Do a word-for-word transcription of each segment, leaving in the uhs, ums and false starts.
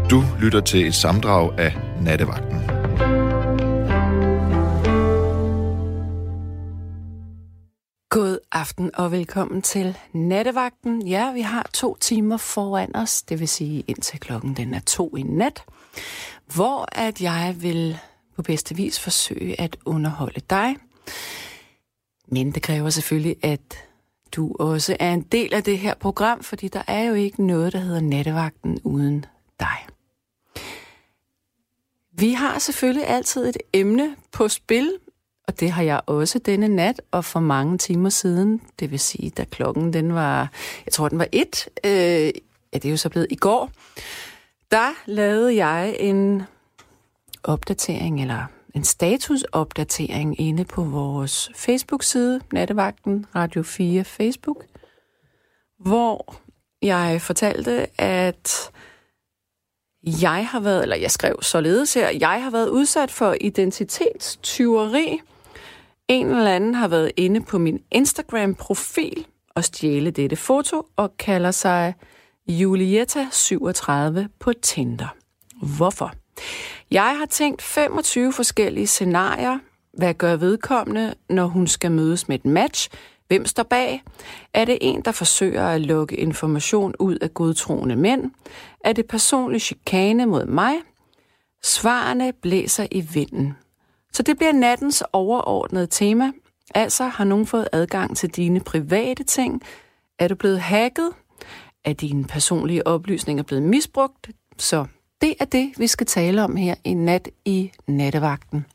Du lytter til et sammendrag af Nattevagten. God aften og velkommen til Nattevagten. Ja, vi har to timer foran os, det vil sige indtil klokken den er to i nat, hvor at jeg vil på bedste vis forsøge at underholde dig. Men det kræver selvfølgelig, at du også er en del af det her program, fordi der er jo ikke noget, der hedder Nattevagten uden dig. Vi har selvfølgelig altid et emne på spil, og det har jeg også denne nat, og for mange timer siden, det vil sige, da klokken den var, jeg tror den var et, øh, ja det er jo så blevet i går, der lavede jeg en opdatering, eller en statusopdatering inde på vores Facebook-side, Nattevagten, Radio fire Facebook, hvor jeg fortalte, at jeg har været, eller jeg skrev således her, jeg har været udsat for identitetstyveri. En eller anden har været inde på min Instagram-profil og stjæle dette foto og kalder sig Julieta syvogtredive på Tinder. Hvorfor? Jeg har tænkt femogtyve forskellige scenarier. Hvad gør vedkommende, når hun skal mødes med et match? Hvem står bag? Er det en, der forsøger at lukke information ud af godtroende mænd? Er det personlig chikane mod mig? Svarene blæser i vinden. Så det bliver nattens overordnede tema. Altså, har nogen fået adgang til dine private ting? Er du blevet hacket? Er dine personlige oplysninger blevet misbrugt? Så det er det, vi skal tale om her i nat i Nattevagten.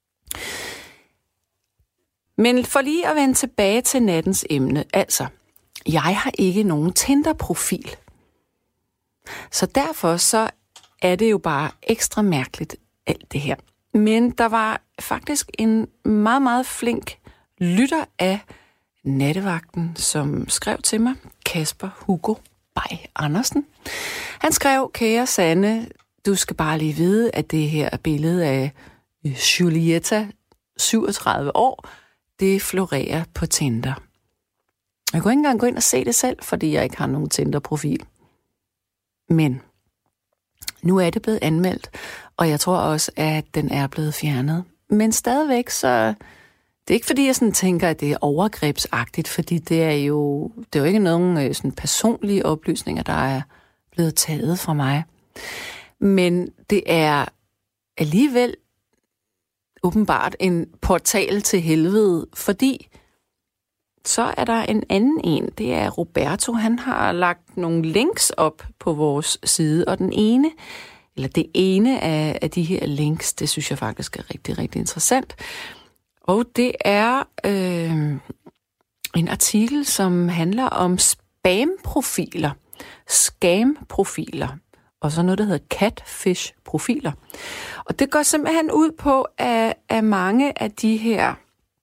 Men for lige at vende tilbage til nattens emne, altså, jeg har ikke nogen Tinder-profil. Så derfor så er det jo bare ekstra mærkeligt, alt det her. Men der var faktisk en meget, meget flink lytter af Nattevagten, som skrev til mig, Kasper Hugo Bay Andersen. Han skrev, kære Sanne, du skal bare lige vide, at det her billede af Julieta, syvogtredive år, det florerer på Tinder. Jeg kunne ikke engang gå ind og se det selv, fordi jeg ikke har nogen Tinder-profil. Men nu er det blevet anmeldt, og jeg tror også, at den er blevet fjernet. Men stadigvæk, så det er ikke fordi, jeg sådan tænker, at det er overgrebsagtigt, fordi det er jo, det er jo ikke nogen sådan personlige oplysninger, der er blevet taget fra mig. Men det er alligevel åbenbart en portal til helvede, fordi så er der en anden en. Det er Roberto. Han har lagt nogle links op på vores side, og den ene, eller det ene af, af de her links, det synes jeg faktisk er rigtig, rigtig interessant. Og det er øh, en artikel, som handler om spam-profiler, scam-profiler, og så noget, der hedder catfish-profiler. Og det går simpelthen ud på, at, at mange af de her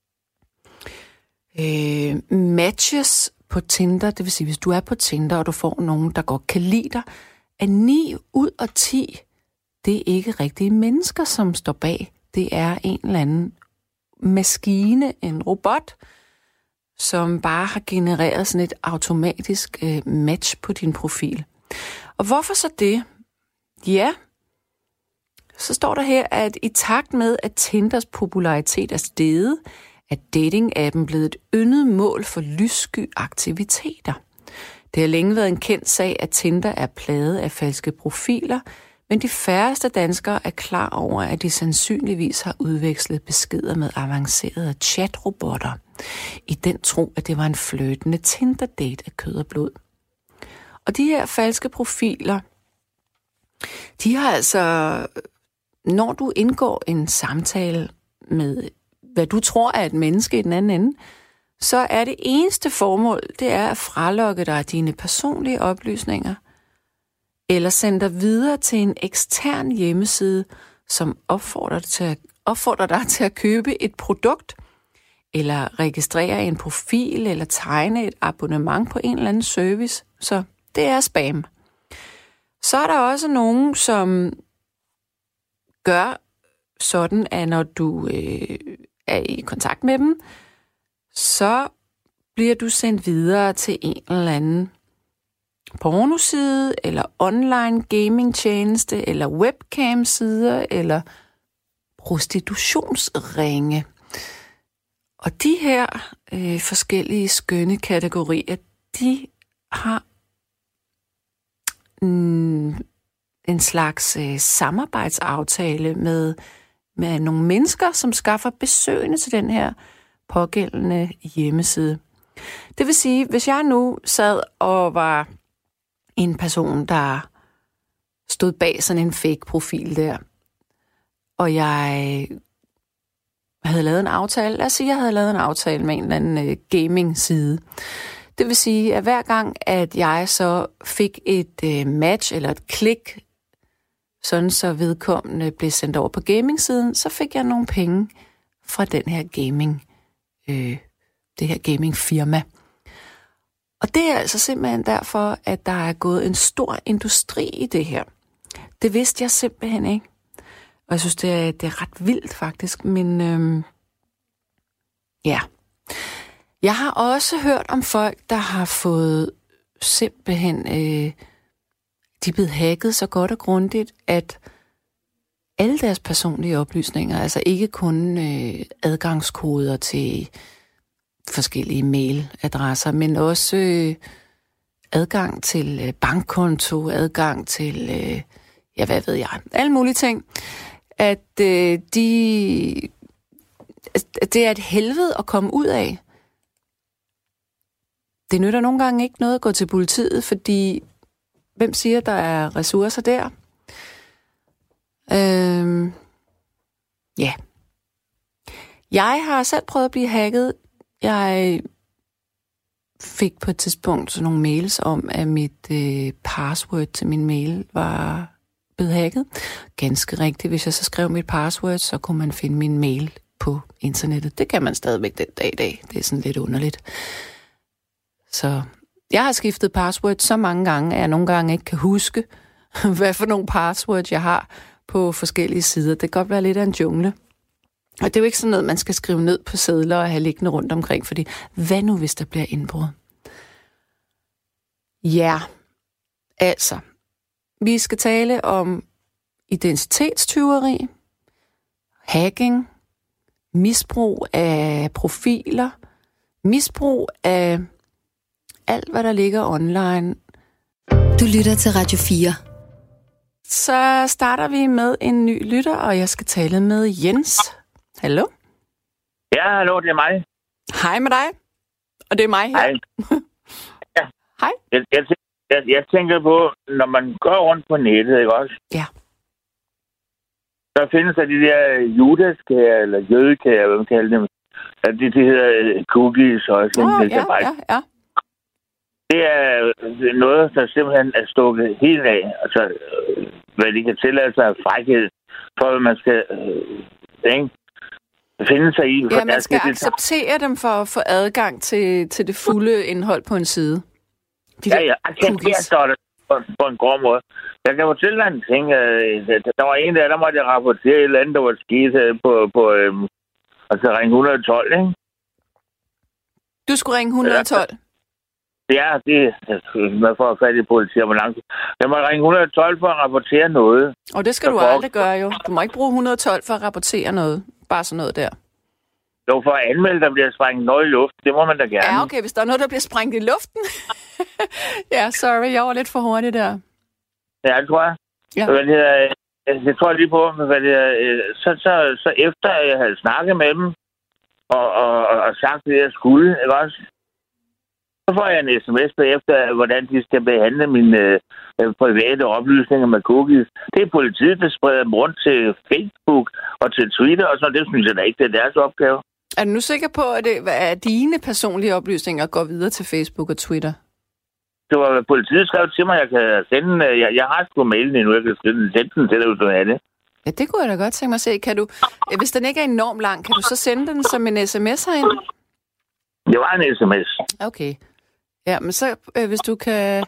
øh, matches på Tinder, det vil sige, hvis du er på Tinder, og du får nogen, der godt kan lide dig, at ni ud af ti, det er ikke rigtige mennesker, som står bag. Det er en eller anden maskine, en robot, som bare har genereret sådan et automatisk øh, match på din profil. Og hvorfor så det? Ja, så står der her, at i takt med, at Tinders popularitet er steget, er dating-appen blevet et yndet mål for lyssky aktiviteter. Det har længe været en kendt sag, at Tinder er plaget af falske profiler, men de færreste danskere er klar over, at de sandsynligvis har udvekslet beskeder med avancerede chatrobotter, i den tro, at det var en flirtende Tinder-date af kød og blod. Og de her falske profiler, de har altså, når du indgår en samtale med, hvad du tror er et menneske i den anden ende, så er det eneste formål, det er at fralokke dig dine personlige oplysninger, eller sende dig videre til en ekstern hjemmeside, som opfordrer dig til at, opfordrer dig til at købe et produkt, eller registrere en profil, eller tegne et abonnement på en eller anden service. Så det er spam. Så er der også nogen, som gør sådan, at når du øh, er i kontakt med dem, så bliver du sendt videre til en eller anden pornoside, eller online gaming-tjeneste, eller webcam-sider, eller prostitutionsringe. Og de her øh, forskellige skønne kategorier, de har mm, en slags øh, samarbejdsaftale med, med nogle mennesker, som skaffer besøgende til den her pågældende hjemmeside. Det vil sige, hvis jeg nu sad og var en person, der stod bag sådan en fake-profil der, og jeg havde lavet en aftale, lad os sige, jeg havde lavet en aftale med en eller anden øh, gaming-side. Det vil sige, at hver gang, at jeg så fik et øh, match eller et klik, sådan så vedkommende blev sendt over på gaming-siden, så fik jeg nogle penge fra den her gaming, øh, det her gaming-firma. Og det er altså simpelthen derfor, at der er gået en stor industri i det her. Det vidste jeg simpelthen ikke. Og jeg synes, det er, det er ret vildt faktisk, men øhm, ja. Jeg har også hørt om folk, der har fået simpelthen, øh, de er blevet hacket så godt og grundigt, at alle deres personlige oplysninger, altså ikke kun øh, adgangskoder til forskellige mailadresser, men også øh, adgang til øh, bankkonto, adgang til, øh, ja, hvad ved jeg, alle mulige ting, at øh, de, at det er et helvede at komme ud af. Det nytter nogle gange ikke noget at gå til politiet, fordi hvem siger, der er ressourcer der? Øhm, ja. Jeg har selv prøvet at blive hacket. Jeg fik på et tidspunkt sådan nogle mails om, at mit øh, password til min mail var blevet hacket. Ganske rigtigt. Hvis jeg så skrev mit password, så kunne man finde min mail på internettet. Det kan man stadigvæk den dag i dag. Det er sådan lidt underligt. Så jeg har skiftet password så mange gange, at jeg nogle gange ikke kan huske, hvad for nogle passwords jeg har på forskellige sider. Det kan godt være lidt af en jungle. Og det er jo ikke sådan noget, man skal skrive ned på sedler og have liggende rundt omkring, fordi hvad nu, hvis der bliver indbrud? Ja, altså, vi skal tale om identitetstyveri, hacking, misbrug af profiler, misbrug af alt, hvad der ligger online. Du lytter til Radio fire. Så starter vi med en ny lytter, og jeg skal tale med Jens. Hallo? Ja, hallo, det er mig. Hej med dig. Og det er mig her. Hej. Ja. Hej. Jeg, jeg, jeg, jeg tænker på, når man går rundt på nettet, ikke også? Ja. Der findes der de der judaskager, eller jødekager, hvad man kalder dem. De, de hedder cookies og sådan oh, noget. Ja, ja, ja. Det er noget, der simpelthen er stukket helt af. Altså, hvad de kan tillade sig af frækhed, for at man skal øh, ikke, finde sig i. Ja, man skal acceptere dem for at få adgang til, til det fulde indhold på en side. De ja, ja. Acceptere står det på, på en grov måde. Jeg kan fortælle dig en ting. Der var en der, der måtte jeg rapportere et eller andet, der var sket på, på øhm, altså ring et hundrede og tolv, ikke? Du skulle ringe et hundrede og tolv? Ja, det er for at fatte i politi og ambulance. Jeg må ringe et hundrede og tolv for at rapportere noget. Og det skal du aldrig gøre, jo. Du må ikke bruge et hundrede og tolv for at rapportere noget. Bare sådan noget der. Jo, for at anmelde, der bliver sprængt noget i luften. Det må man da gerne. Ja, okay. Hvis der er noget, der bliver sprængt i luften. Ja, sorry. Jeg var lidt for hurtig der. Ja, det tror jeg. Ja. Hvad det hedder, jeg tror lige på, hvad det hedder, så, så, så efter jeg havde snakket med dem, og, og, og sagt det, jeg skulle, ikke også? Så får jeg en sms efter, hvordan de skal behandle mine øh, private oplysninger med cookies. Det er politiet, der spreder dem rundt til Facebook og til Twitter, og så det synes jeg da ikke, det er deres opgave. Er du nu sikker på, at, det, at dine personlige oplysninger går videre til Facebook og Twitter? Det var politiet skrev til mig, jeg kan sende den. Jeg, jeg har sgu mailen endnu, jeg kan sende den til dig, hvis du har det. Ja, det kunne jeg da godt tænke mig at se. Kan du, hvis den ikke er enormt lang, kan du så sende den som en sms herind? Det var en sms. Okay. Ja, men så øh, hvis du kan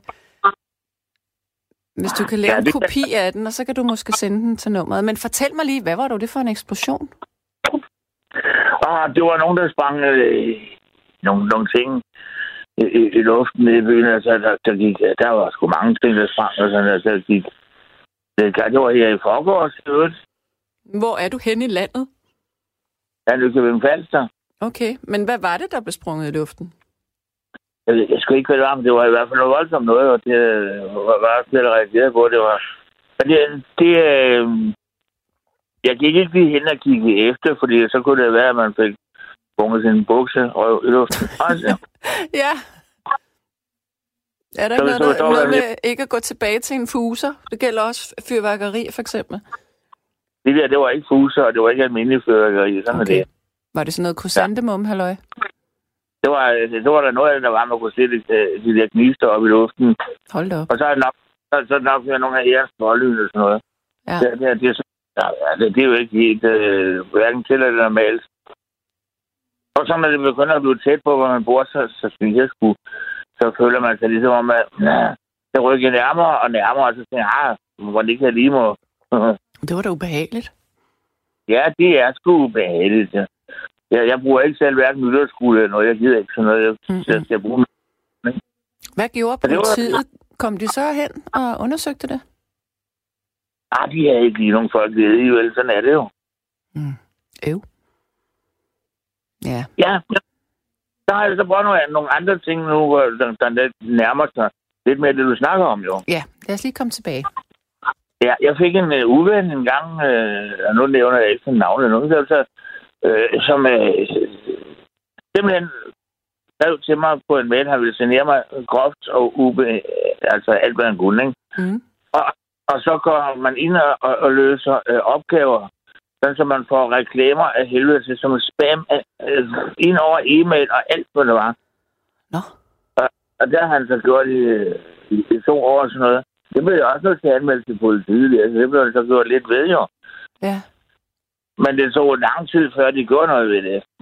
hvis du kan lave ja, en kopi kan... af den, og så kan du måske sende den til nummeret. Men fortæl mig lige, hvad var det for en eksplosion? Ah, det var nogen, der sprang øh, nogle, nogle ting i, i, i luften i byen. Altså, der, der, gik, der var sgu mange ting, der sprang, og sådan, altså, der gik... Det, det var her i forgårs, Hvor er du henne i landet? Ja, Nykøbing Falster. Okay, men hvad var det, der blev sprunget i luften? Jeg, ved, jeg skulle ikke være varm, det var i hvert fald noget voldsomt noget, og det var bare slet reageret på, det var... Men det... det øh, jeg gik ikke lige hen og kigge efter, fordi så kunne det være, at man fik sprunget sin bukse og i luften. Ja. Er der så, ikke så, noget, så, der, noget så, med ikke at gå tilbage til en fuser? Det gælder også fyrværkeri, for eksempel. Det der, det var ikke fuser, og det var ikke almindelig fyrværkeri. Sådan okay. Det. Var det sådan noget krysantemum, halløj? Det var, det var der noget af det, der var, man kunne se de, de der gnister op i luften. Hold da op. Og så er det nok, så, så er det nok nogle af jeres smålyn og sådan noget. Ja. Det, det, det, ja, det, det er jo ikke helt øh, hverken til eller normalt. Og så når det begynder at blive tæt på, hvor man bor, så, så synes jeg sgu, så føler man sig ligesom om, at ja, det rykker nærmere og nærmere, og så tænker jeg, ah, hvor det ikke lige må. Det var da ubehageligt. Ja, det er sgu ubehageligt, ja. Jeg, jeg bruger ikke selv hverken nytårsskole eller noget. Jeg gider ikke sådan noget. Jeg, mm-hmm. jeg skal bruge mig. Hvad gjorde politiet? Var... Kom de så hen og undersøgte det? Ah, de havde ikke lige nogen folk ved i, vel? Sådan er det jo. Mm. Øv. Ja. Ja, så har jeg så brugt nogle, nogle andre ting nu, hvor der, der nærmer sig lidt mere det, du snakker om, jo. Ja, lad os lige komme tilbage. Ja, jeg fik en uh, uven en gang, øh, og nu nævner jeg ikke sådan navnet, nogen, så, øh, som øh, simpelthen skrev til mig på en mail, han ville signere mig groft og ube, øh, altså alt hvad han kunne, ikke? Mm. Og, og så går man ind og, og, og løser øh, opgaver, sådan så man får reklamer af helvede til, som spam øh, ind over e-mail og alt, hvad det var. Nå. Og, og der har han så gjort i, i, i to år og sådan noget. Det blev jeg også nødt til at anmelde til politiet. Altså, det blev jeg så gjort lidt ved, jo. Ja. Men det tog lang tid, før de gjorde noget ved det.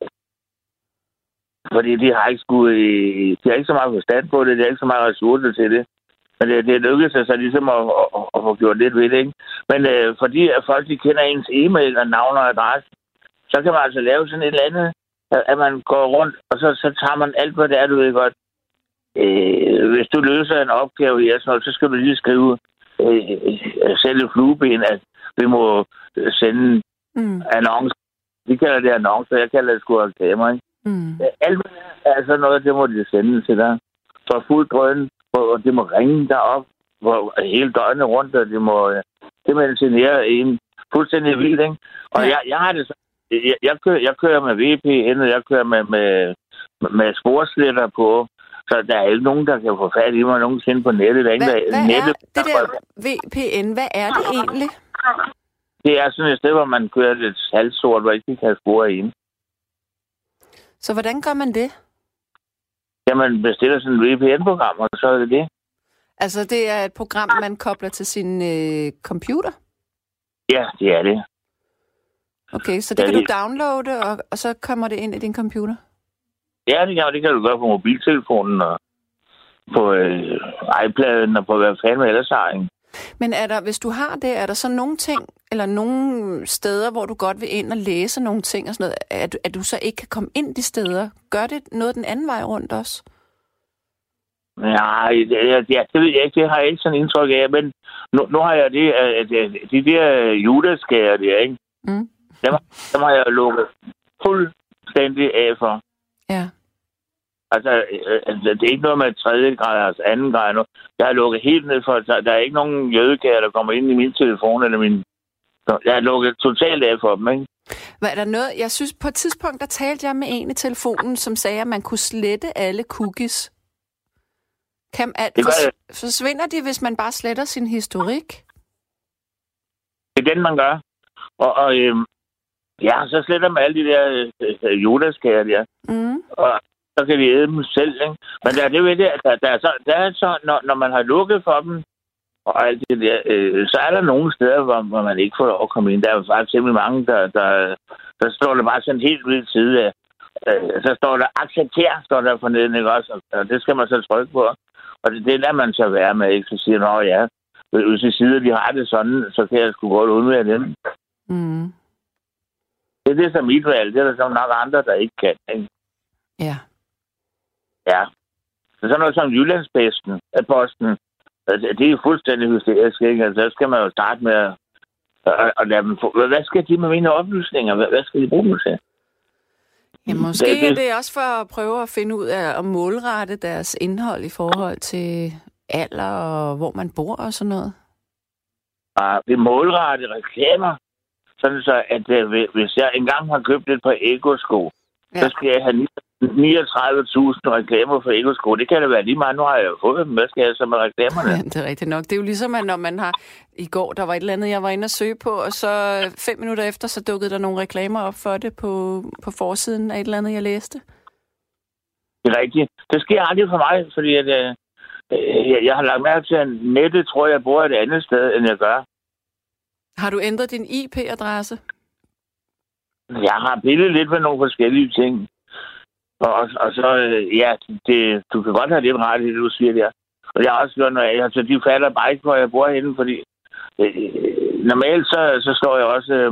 Fordi de har ikke skulle, de har ikke så meget forstand på det, de har ikke så meget ressourcer til det. Men det, det lykkedes sig så ligesom at, at, at få gjort lidt ved det, ikke? Men øh, fordi at folk de kender ens e-mail og navn og adresse, så kan man altså lave sådan et eller andet, at man går rundt, og så, så tager man alt, hvad det er, du ved godt. Øh, hvis du løser en opgave her, så, så skal du lige skrive øh, sælge flueben, at vi må sende mm. annoncer. Vi kalder det annoncer, jeg kalder det sgu reklamer, ikke? Mm. Alt er sådan noget, det må de sende til dig. For fuld drøn, hvor de må ringe dig op, hvor hele døgnet rundt, og de må simpelthen signere en fuldstændig vildt, ikke? Og ja. jeg, jeg har det så, jeg, jeg, kører, jeg kører med V P N, og jeg kører med, med, med sporsletter på, så der er ikke nogen, der kan få fat i mig nogensinde på nettet. Der er hvad, ingen, der, hvad nettet, er det der V P N? Hvad er det egentlig? Det er sådan et sted, hvor man kører lidt salgsort, hvor ikke kan spore ind. Så hvordan gør man det? Ja, man bestiller sådan et V P N-program, og så er det det. Altså, det er et program, man kobler til sin øh, computer? Ja, det er det. Okay, så det ja, kan det... du downloade, og, og så kommer det ind i din computer? Ja, det kan, det kan du gøre på mobiltelefonen, og på øh, iPad'en, og på hvad fanden ellers har, ikke? Men er der, hvis du har det, er der så nogle ting, eller nogle steder, hvor du godt vil ind og læse nogle ting og sådan noget, at, at du så ikke kan komme ind de steder? Gør det noget den anden vej rundt også? Nej, det, det, det ved jeg ikke. Det har jeg ikke sådan indtryk af, men nu, nu har jeg det, at de der judaskærer der, ikke? Mm. Dem, dem har jeg lukket fuldstændig af for. Ja. Altså, altså, det er ikke noget med tredje grad, altså anden grad nu. Jeg har lukket helt ned for, der er ikke nogen jødekager, der kommer ind i min telefon eller min... Jeg har lukket totalt af for dem, ikke? Hvad er der noget? Jeg synes, på et tidspunkt, der talte jeg med en i telefonen, som sagde, at man kunne slette alle cookies. Kan, at, det fors, forsvinder de, hvis man bare sletter sin historik? Det er den, man gør. Og, og øhm, ja, så sletter man alle de der øh, judaskager der. Mm. Og så kan de æde dem selv, ikke? Men der er det ved det, at der, der er så, der er så når, når man har lukket for dem, og alt det der, øh, så er der nogle steder, hvor, hvor man ikke får lov at komme ind. Der er jo faktisk simpelthen mange, der, der, der står der bare sådan helt vildt side af. Øh, så står der accepter, står der for neden, ikke også? Og det skal man så trykke på. Og det, det lader man så være med, ikke? Så siger man, ja, hvis de sider, de har det sådan, så kan jeg sgu godt undvære dem. Mm. Det er det, som mit valg. Det er der så nok andre, der ikke kan, ikke? Ja. Ja. Så sådan noget som Jyllandsposten, Posten, det er fuldstændig hysterisk, ikke? Altså, så skal man jo starte med at, at, at lade dem få... Hvad skal de med mine oplysninger? Hvad, hvad skal de bruge dem til? Ja, måske det, det... er det også for at prøve at finde ud af at målrette deres indhold i forhold til alder og hvor man bor og sådan noget. Ja, vi målrette reklamer. Sådan så, at hvis jeg engang har købt et par Ego-sko, ja. Så skal jeg have niogtredive tusind reklamer for Ego-sko. Det kan da være lige meget. Nu har jeg jo fået dem. Hvad skal jeg så med reklamerne? Ja, det er rigtigt nok. Det er jo ligesom, at når man har... I går, der var et eller andet, jeg var inde og søge på, og så fem minutter efter, så dukkede der nogle reklamer op for det på, på forsiden af et eller andet, jeg læste. Det er rigtigt. Det sker aldrig for mig, fordi at, øh, jeg, jeg har lagt mærke til, at nettet tror jeg bor et andet sted, end jeg gør. Har du ændret din I P-adresse? Jeg har pillet lidt med nogle forskellige ting. Og, og så, ja, det, du kan godt have lidt ret i det, du siger der. Og jeg har også gjort noget af, altså de falder bare ikke, hvor jeg bor henne, fordi øh, normalt så, så står jeg også øh,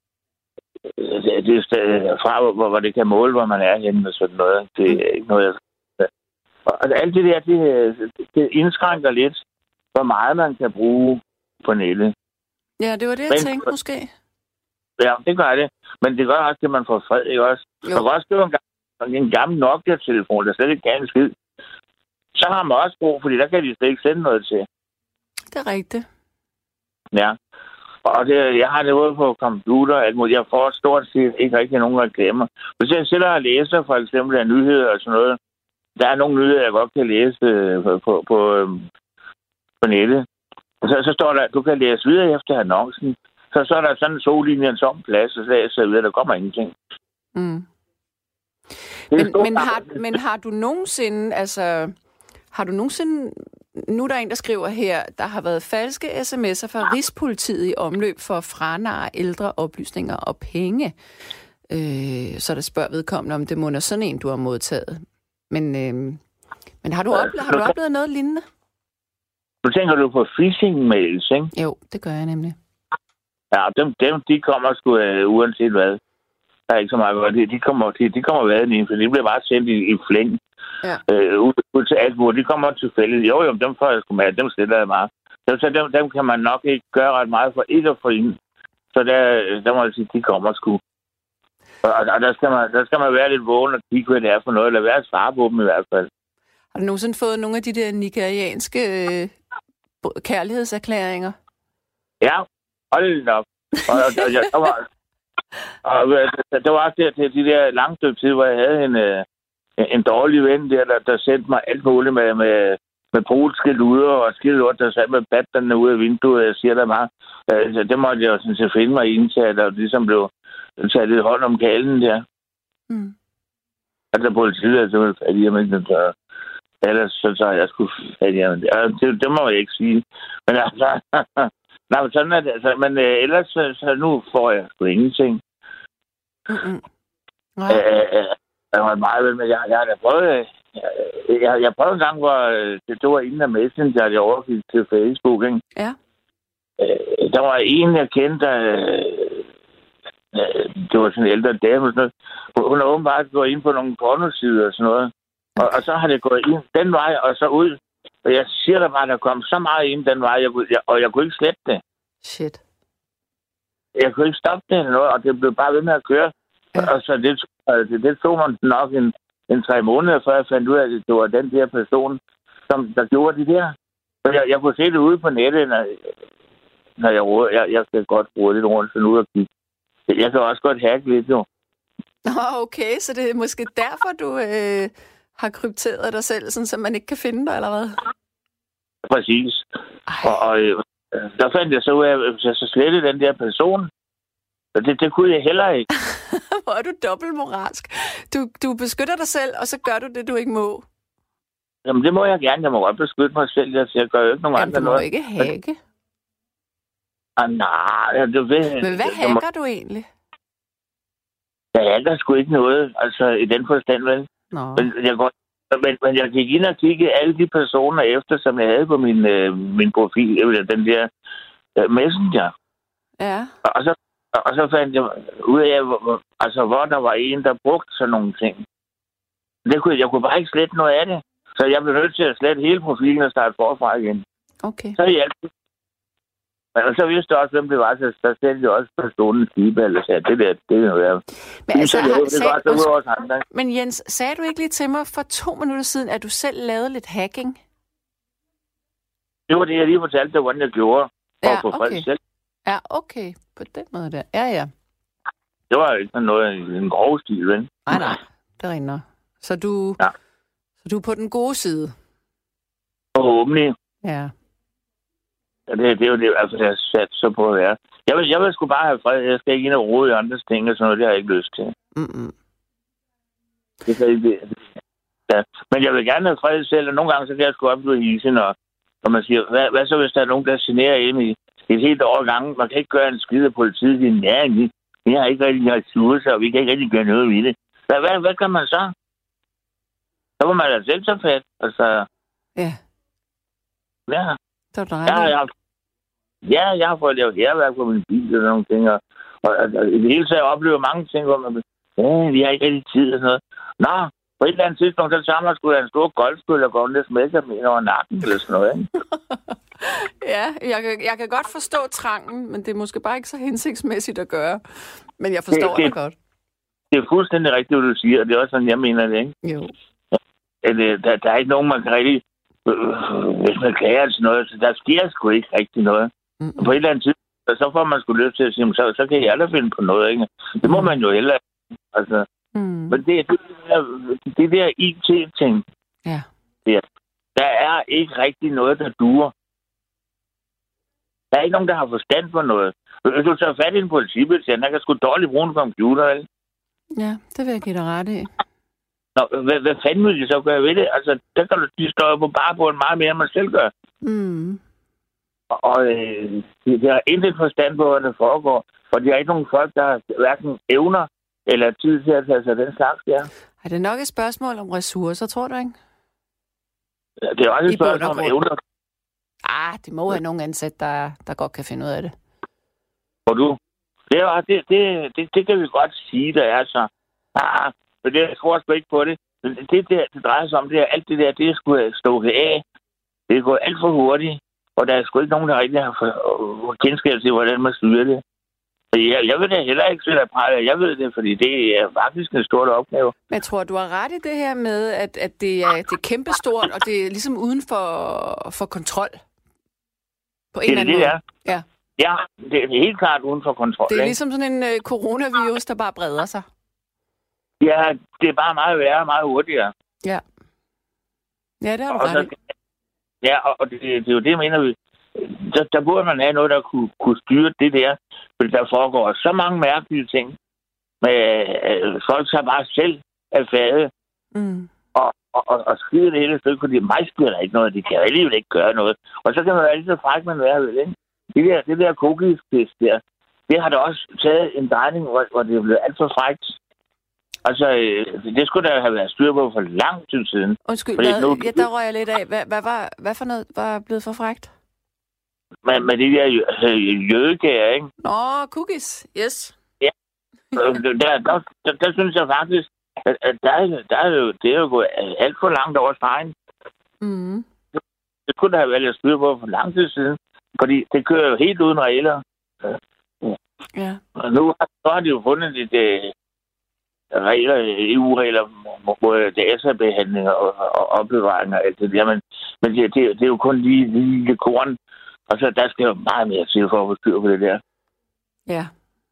det er fra, hvor, hvor det kan måle, hvor man er henne og sådan noget. Det er ikke noget, jeg... Og alt det der, det, det indskrænker lidt, hvor meget man kan bruge på nettet. Ja, det var det, jeg Men, tænkte måske. Ja, det gør det. Men det gør også, at man får fred, ikke også? Jo. Man kan også skrive en, gang, en gammel Nokia-telefon, der slet ikke kan en skid. Så har man også brug, fordi der kan de slet ikke sende noget til. Det er rigtigt. Ja. Og det, jeg har det ude på computer, at jeg får stort set ikke rigtig nogen reklamer. Hvis jeg sidder og læser for eksempel af nyheder og sådan noget, der er nogle nyheder, jeg godt kan læse på, på, på, på nettet. Og så, så står der, at du kan læse videre efter annoncen. Så, så er der sådan en sollinje, en tom plads, og så læser jeg videre, der kommer ingenting. Mm. Men, men, har, men har du nogensinde, altså, har du nogensinde, nu er der en, der skriver her, der har været falske sms'er fra Rigspolitiet i omløb for at franarre ældre oplysninger og penge. Øh, så der spørger vedkommende, om det må være sådan en, du har modtaget. Men, øh, men har, du oplevet, har du oplevet noget lignende? Nu tænker du på phishing-mails, ikke? Jo, det gør jeg nemlig. Ja, dem, dem de kommer sgu uh, uanset hvad. Der er ikke så meget godt. De, de kommer, de, de kommer hvad i, for de bliver bare sendt i, i flæng. Ja. Øh, ud, ud til alt, hvor de kommer tilfældigt. Jo, jo, dem får jeg sgu med. Dem sletter jeg bare. Så dem, dem kan man nok ikke gøre ret meget for ikke at få ind. Så der, der må jeg sige, de kommer sgu. Og, og der, skal man, der skal man være lidt vågen og kigge, hvad det er for noget. Eller være at svare på dem i hvert fald. Har du nogensinde fået nogle af de der nigerianske øh, kærlighedserklæringer? Ja, hold da op. Og, og, og, jeg, der var, og der var også der til de der lange stykke tid, hvor jeg havde en, en dårlig ven der, der, der sendte mig alt muligt med, med, med polske luder og skidlort, der sad med batterne ude af vinduet. Jeg siger der bare, altså, det måtte jeg jo sådan set finde mig ind til, at der ligesom blev taget lidt hånd om kalen der. Mm. Altså politiet er simpelthen fattig, jeg mener, der ellers så tager jeg sgu fattig. Det, det må jeg ikke sige. Men altså... Nej, men sådan er det. Altså, men øh, ellers så, så nu får jeg sgu ingenting. Mm-hmm. Øh, jeg var meget vel, men jeg, jeg har da prøvet... Jeg, jeg, jeg prøvede en gang, hvor det, det var inden af Messenger, at jeg overgik til Facebook, ikke? Ja. Øh, der var en, jeg kendte, øh, øh, det var sådan en ældre dame, sådan noget. Hun har åbenbart gået ind på nogle pornosider og sådan noget. Og, og så har det gået ind den vej, og så ud. Og jeg siger da bare, at der kom så meget ind den vej, jeg, jeg, og jeg kunne ikke slette det. Shit. Jeg kunne ikke stoppe det eller noget, og det blev bare ved med at køre. Ja. Og så det, det, det tog man nok en, en tre måneder, før jeg fandt ud af, at det var den der person, som der gjorde det der. Så jeg, jeg kunne se det ude på nettet, når, når jeg råder. Jeg, jeg skal godt bruge lidt rundt, så nu og kigge. Jeg kan også godt hacke lidt, jo. Okay, så det er måske derfor, du... Øh... har krypteret dig selv, sådan, så man ikke kan finde dig, eller hvad? Præcis. Og, og øh, der fandt jeg så ud af, at jeg så slettede den der person. Og det, det kunne jeg heller ikke. Hvor er du dobbeltmoralsk. Du, du beskytter dig selv, og så gør du det, du ikke må. Jamen, det må jeg gerne. Jeg må godt beskytte mig selv. Jeg, jeg gør jo ikke nogen Jamen, andre noget. noget. Jamen, du må ikke hacke. Ah, nej, du ved... Men hvad jeg, hacker må... du egentlig? Jeg hacker sgu ikke noget, altså i den forstand, vel? Men jeg, går, men, men jeg gik ind og kiggede alle de personer efter, som jeg havde på min, øh, min profil, den der øh, Messenger. Ja. Og så, og så fandt jeg ud af, hvor, altså, hvor der var en, der brugte sådan nogle ting. Det kunne, jeg kunne bare ikke slette noget af det. Så jeg blev nødt til at slette hele profilen og starte forfra igen. Okay. Så hjalp det. Men så vidste jeg også, hvem det var, så der stillede jeg også på stående skibe, eller sagde, det der, det er jo være. Men, altså, det, har, det, sag, det var også andre. Men Jens, sagde du ikke lige til mig for to minutter siden, at du selv lavede lidt hacking? Det var det, jeg lige fortalte dig, hvordan jeg gjorde. For Ja, at få fred okay. selv. Ja, okay. På den måde der. Ja, ja. Det var ikke sådan noget, en grov stil, vel? Nej, nej. Det rinder. Så du, ja. så du er på den gode side? Forhåbentlig. Ja. Ja, det, det er jo det, altså, jeg sat så på at være. Jeg vil, jeg vil sgu bare have fred. Jeg skal ikke ind og rode i andres ting, og sådan noget. Det har jeg ikke lyst til. Mm-mm. Det er ikke det. Ja. Men jeg vil gerne have fred selv, og nogle gange så kan jeg sgu opleve hisen, når, når man siger, hvad, hvad så hvis der er nogen, der generer ind i et helt år gangen? Man kan ikke gøre en skid af politiet i næring. Vi har ikke rigtig ressourcer, og vi kan ikke rigtig gøre noget ved det. Hvad, hvad, hvad kan man så? Så må man da selv tage fat. Altså, ja. Ja. Det var dig. Ja, jeg, ja, jeg har fået lavet herværk på min bil og sådan nogle ting. Og, og, og, og i det hele taget oplever mange ting, hvor man ja, vi har ikke rigtig tid og sådan noget. Nå, på et eller andet tidspunkt, så samler man sgu da en stor golfspil og går ned og smækker dem ind over nakken eller sådan noget. Ikke? Ja, jeg kan, jeg kan godt forstå trangen, men det er måske bare ikke så hensigtsmæssigt at gøre. Men jeg forstår det, det, det godt. Det er fuldstændig rigtigt, hvad du siger, og det er også sådan, jeg mener det, ikke? Jo. Det, der, der er ikke nogen, man kan rigtig... Hvis man klager til noget, så der sker sgu ikke rigtig noget. Mm-hmm. På et eller andet tidspunkt, så får man sgu lyst til at sige, så, så kan jeg aldrig finde på noget, ikke? Det må man jo heller. Altså, mm. Men det, det, der, det der I T-ting, ja. der, der er ikke rigtig noget, der duer. Der er ikke nogen, der har forstand på noget. Hvis du tager fat i en politibetjent, der kan sgu dårligt bruge en computer, vel? Ja, det vil jeg give dig ret i. Nå, hvad, hvad fanden vil de så gøre ved det? Altså, der kan du, de står på bare på en meget mere, end man selv gør. Mm. Og øh, de, de har intet forstand på, hvad der foregår. Og de har ikke nogen folk, der har hverken evner eller tid til at tage sig den slags der. Er det nok et spørgsmål om ressourcer, tror du ikke? Ja, det er også et I spørgsmål om evner. Ah, det må have nogen ansat, der, der godt kan finde ud af det. Og du? Det, er, det, det, det, det kan vi godt sige, der er så. Ah, men det, jeg tror sgu ikke på det. Det, det, det, det drejer sig om, det er alt det der, det er sgu stået af. Det er gået alt for hurtigt. Og der er sgu ikke nogen, der rigtig har fået kendskab til, hvordan man styrer det. Jeg, jeg ved det heller ikke, så jeg ved det, fordi det er faktisk en stor opgave. Men jeg tror, du har ret i det her med, at, at det, er, det er kæmpestort, og det er ligesom uden for, for kontrol. På en det, eller anden det måde. Er. Ja. Ja, det er helt klart uden for kontrol. Det er ikke? ligesom sådan en øh, coronavirus, der bare breder sig. Ja, det er bare meget værre, meget hurtigere. Ja. Ja, det har du og ret i. Ja, og det, det er jo det, mener vi. Der, der burde man have noget, der kunne, kunne styre det der. Fordi der foregår så mange mærkelige ting. Men øh, folk tager bare selv af fadet. Mm. Og, og, og, og skider det hele stykke, fordi mig sker der ikke noget. De kan alligevel ikke gøre noget. Og så kan man være lige så fræk, man være vel, ikke? Det der, det der cookies der, det har da også taget en drejning, hvor, hvor det er blevet alt for frækt. Altså, det skulle der have været styr på for lang tid siden. Undskyld, hvad, nu, ja, der røg jeg lidt af. Hvad, hvad, var, hvad for noget var blevet for frækt? Med, med det der jødekager, ikke? Nå, cookies, yes. Ja, der, der, der, der, der synes jeg faktisk, at, at der, der er jo, det er jo gået alt for langt over stregen. Mm. Det skulle der have været styr på for lang tid siden. Fordi det kører jo helt uden regler. Ja. Og nu har, så har de jo fundet lidt øh, regler, E U-regler, både databehandling og, og opbevaring og alt det der. Men, men det, det, det er jo kun lige lille korn. Og så der skal jo meget mere til for at få styr på det der. Ja.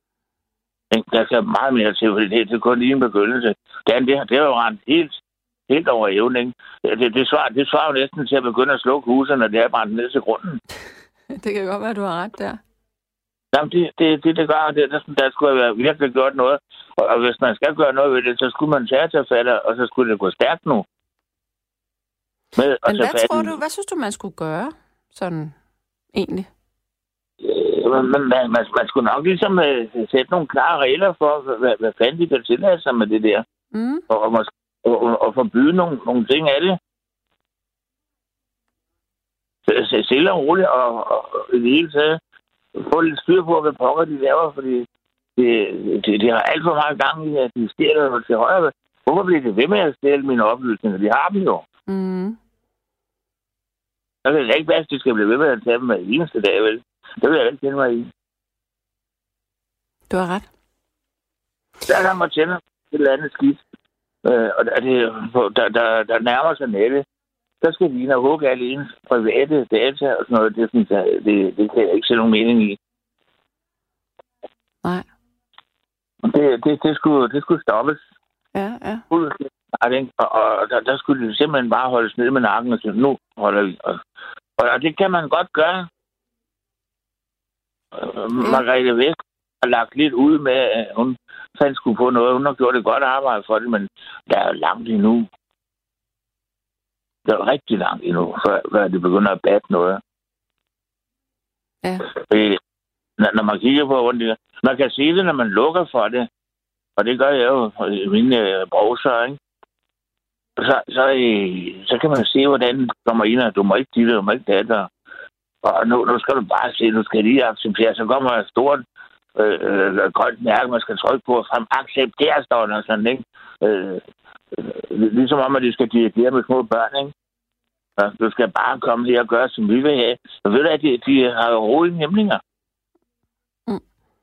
Der skal meget mere til, for det, det er kun lige en begyndelse. Det, det, det er jo rent helt, helt over evnen, ikke? Det, det, svarer, det svarer jo næsten til at begynde at slukke husene, når det er brændt ned til grunden. Det kan godt være, du har ret der. Jamen, det, det, det, det gør, det, der, der skulle have virkelig gjort noget. Og, og hvis man skal gøre noget ved det, så skulle man tage til fat, og så skulle det gå stærkt nu. Med Men hvad tror du, hvad synes du, man skulle gøre sådan egentlig? Øh, man, man, man, man skulle nok ligesom uh, sætte nogle klare regler for, hvad, hvad fanden de kan tillade sig med det der. Mm. Og, og, og, og, og forbyde nogle, nogle ting af det. Selv og roligt, og, og i det hele taget få lidt styr på, hvad pokker de laver, fordi det, det, det har alt for meget gang i, at de stjæler til højre. Hvorfor bliver det ved med at stjæle mine oplysninger? De har dem jo. Mm. Så kan det ikke være, at de skal blive ved med at tage dem hver eneste dag, vel? Det vil jeg ikke finde mig i. Du har ret. Der kan man tænde et eller andet skidt. Øh, og der, det, der, der, der nærmer sig nettet. Så skal de ind og hugge alle ens private data og sådan noget. Det, synes jeg, det, det kan jeg ikke se nogen mening i. Nej. Det, det, det, skulle, det skulle stoppes. Ja, ja. Og, og der, der skulle det simpelthen bare holdes ned med nakken og sige, nu holder vi. Og, og det kan man godt gøre. Ja. Margrethe Vest har lagt lidt ud med, at hun fandt skulle få noget. Hun har gjort et godt arbejde for det, men der er langt endnu. Der er rigtig langt endnu, før, før det begynder at batte noget. Ja. Det, når, når man kigger på, hvordan det, man kan se det, når man lukker for det. Og det gør jeg jo i mine browser, ikke? Så, så, så kan man se, hvordan det kommer ind, og du må ikke dit, du må ikke datter. Og nu, nu skal du bare se, du skal lige acceptere. Så kommer der et stort øh, øh, grønt mærke, man skal trykke på, frem acceptere, står der sådan, ikke? Øh, øh, ligesom om, at de skal dirigere med små børn, ikke? Så du skal bare komme her og gøre, som vi vil have. Så ved du, at de, de har jo rolige hæmninger. Mm.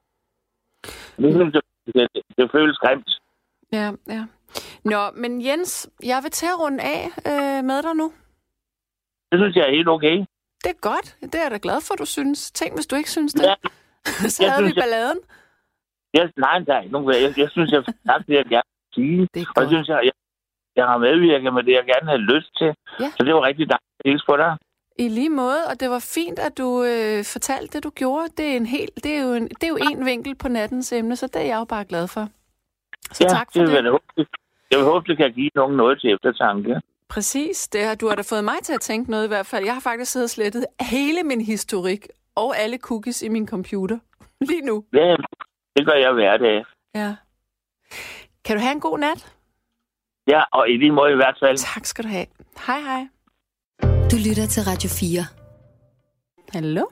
Det, det, det, det føles grimt. Ja, ja. Nå, men Jens, jeg vil til at runde af øh, med dig nu. Det synes jeg er helt okay. Det er godt. Det er jeg da glad for, du synes. Tænk, hvis du ikke synes det. Ja. Så jeg havde synes, vi balladen. Jeg, jeg, nej, der er ikke nogen. Jeg, jeg synes, jeg har sagt det, jeg gerne vil sige. Det er og godt. jeg synes, jeg, jeg, jeg har medvirket med det, jeg gerne havde lyst til. Ja. Så det var rigtig dejligt at hilse på dig. I lige måde, og det var fint, at du øh, fortalte det, du gjorde. Det er, en hel, det, er jo en, det er jo en vinkel på nattens emne, så det er jeg jo bare glad for. Så ja, tak for det. det. det. Jeg vil håbe, det kan give nogen noget til eftertanke. Præcis. Det har, du har da fået mig til at tænke noget i hvert fald. Jeg har faktisk siddet og slettet hele min historik og alle cookies i min computer. Lige nu. Ja, det gør jeg hver dag. Ja. Kan du have en god nat? Ja, og i lige måde i hvert fald. Tak skal du have. Hej, hej. Du lytter til Radio fire. Hallo?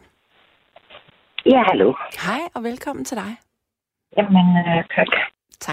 Ja, hallo. Hej, og velkommen til dig. Jamen, øh, tak. Tak.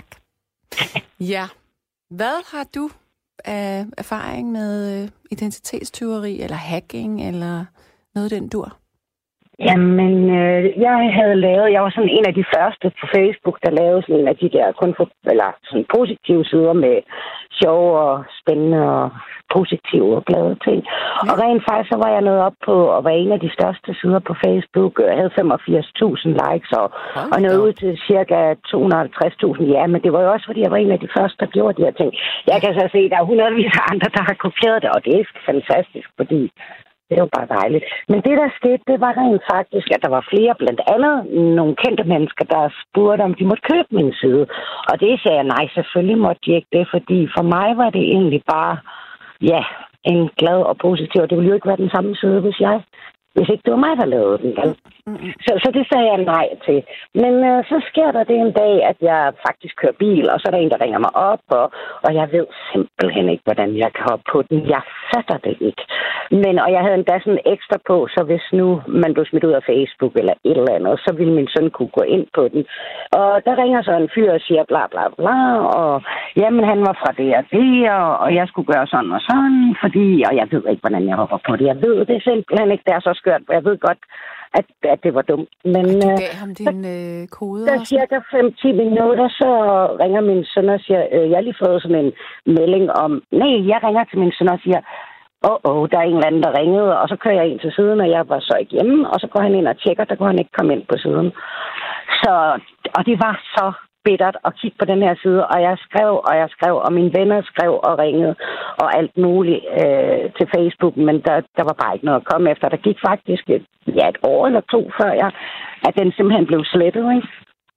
Ja. Hvad har du af erfaring med øh, identitetstyveri, eller hacking, eller noget den dur? Jamen, øh, jeg havde lavet, jeg var sådan en af de første på Facebook, der lavede sådan en af de der kun for, eller sådan positive sider med sjove og spændende og positive og glade ting. Ja. Og rent faktisk så var jeg nået op på at være en af de største sider på Facebook. Jeg havde femogfirs tusind likes og, okay. og nåede ud til cirka to hundrede og halvtreds tusind. Ja, men det var jo også, fordi jeg var en af de første, der gjorde de her ting. Jeg kan så se, at der er hundredvis af andre, der har kopieret det, og det er fantastisk, fordi det er jo bare dejligt. Men det, der skete, det var rent faktisk, at der var flere, blandt andet nogle kendte mennesker, der spurgte, om de måtte købe min side. Og det sagde jeg, nej, selvfølgelig måtte de ikke det, fordi for mig var det egentlig bare, ja, en glad og positiv, og det ville jo ikke være den samme side, hvis jeg, hvis ikke det var mig, der lavede den. Mm-hmm. Så, så det sagde jeg nej til. Men øh, så sker der det en dag, at jeg faktisk kører bil, og så er der en, der ringer mig op, og, og jeg ved simpelthen ikke, hvordan jeg kan hoppe på den. Jeg fatter det ikke. Men, og jeg havde endda sådan ekstra på, så hvis nu man blev smidt ud af Facebook eller et eller andet, så ville min søn kunne gå ind på den. Og der ringer så en fyr og siger bla bla bla, og jamen han var fra det og det, og, og jeg skulle gøre sådan og sådan, fordi, og jeg ved ikke, hvordan jeg hopper på det. Jeg ved det simpelthen ikke, det er så skørt, jeg ved godt, at, at det var dumt. Men du gav ham din øh, kode? Der cirka fem til ti minutter, så ringer min søn og siger, øh, jeg har lige fået sådan en melding om, nej, jeg ringer til min søn og siger, åh, oh, oh, der er en eller anden, der ringede, og så kører jeg ind til siden, og jeg var så ikke hjemme, og så går han ind og tjekker, der kunne han ikke komme ind på siden. Så, og det var så bittert at kigge på den her side, og jeg skrev, og jeg skrev, og mine venner skrev og ringede, og alt muligt øh, til Facebook, men der, der var bare ikke noget at komme efter. Der gik faktisk et, ja, et år eller to, før jeg, at den simpelthen blev slettet, ikke?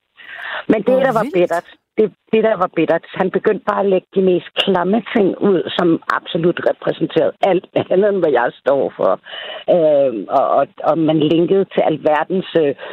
Men det, der var bittert, det, det, der var bittert, han begyndte bare at lægge de mest klamme ting ud, som absolut repræsenterede alt andet, end hvad jeg står for. Øh, og, og, og man linkede til alverdens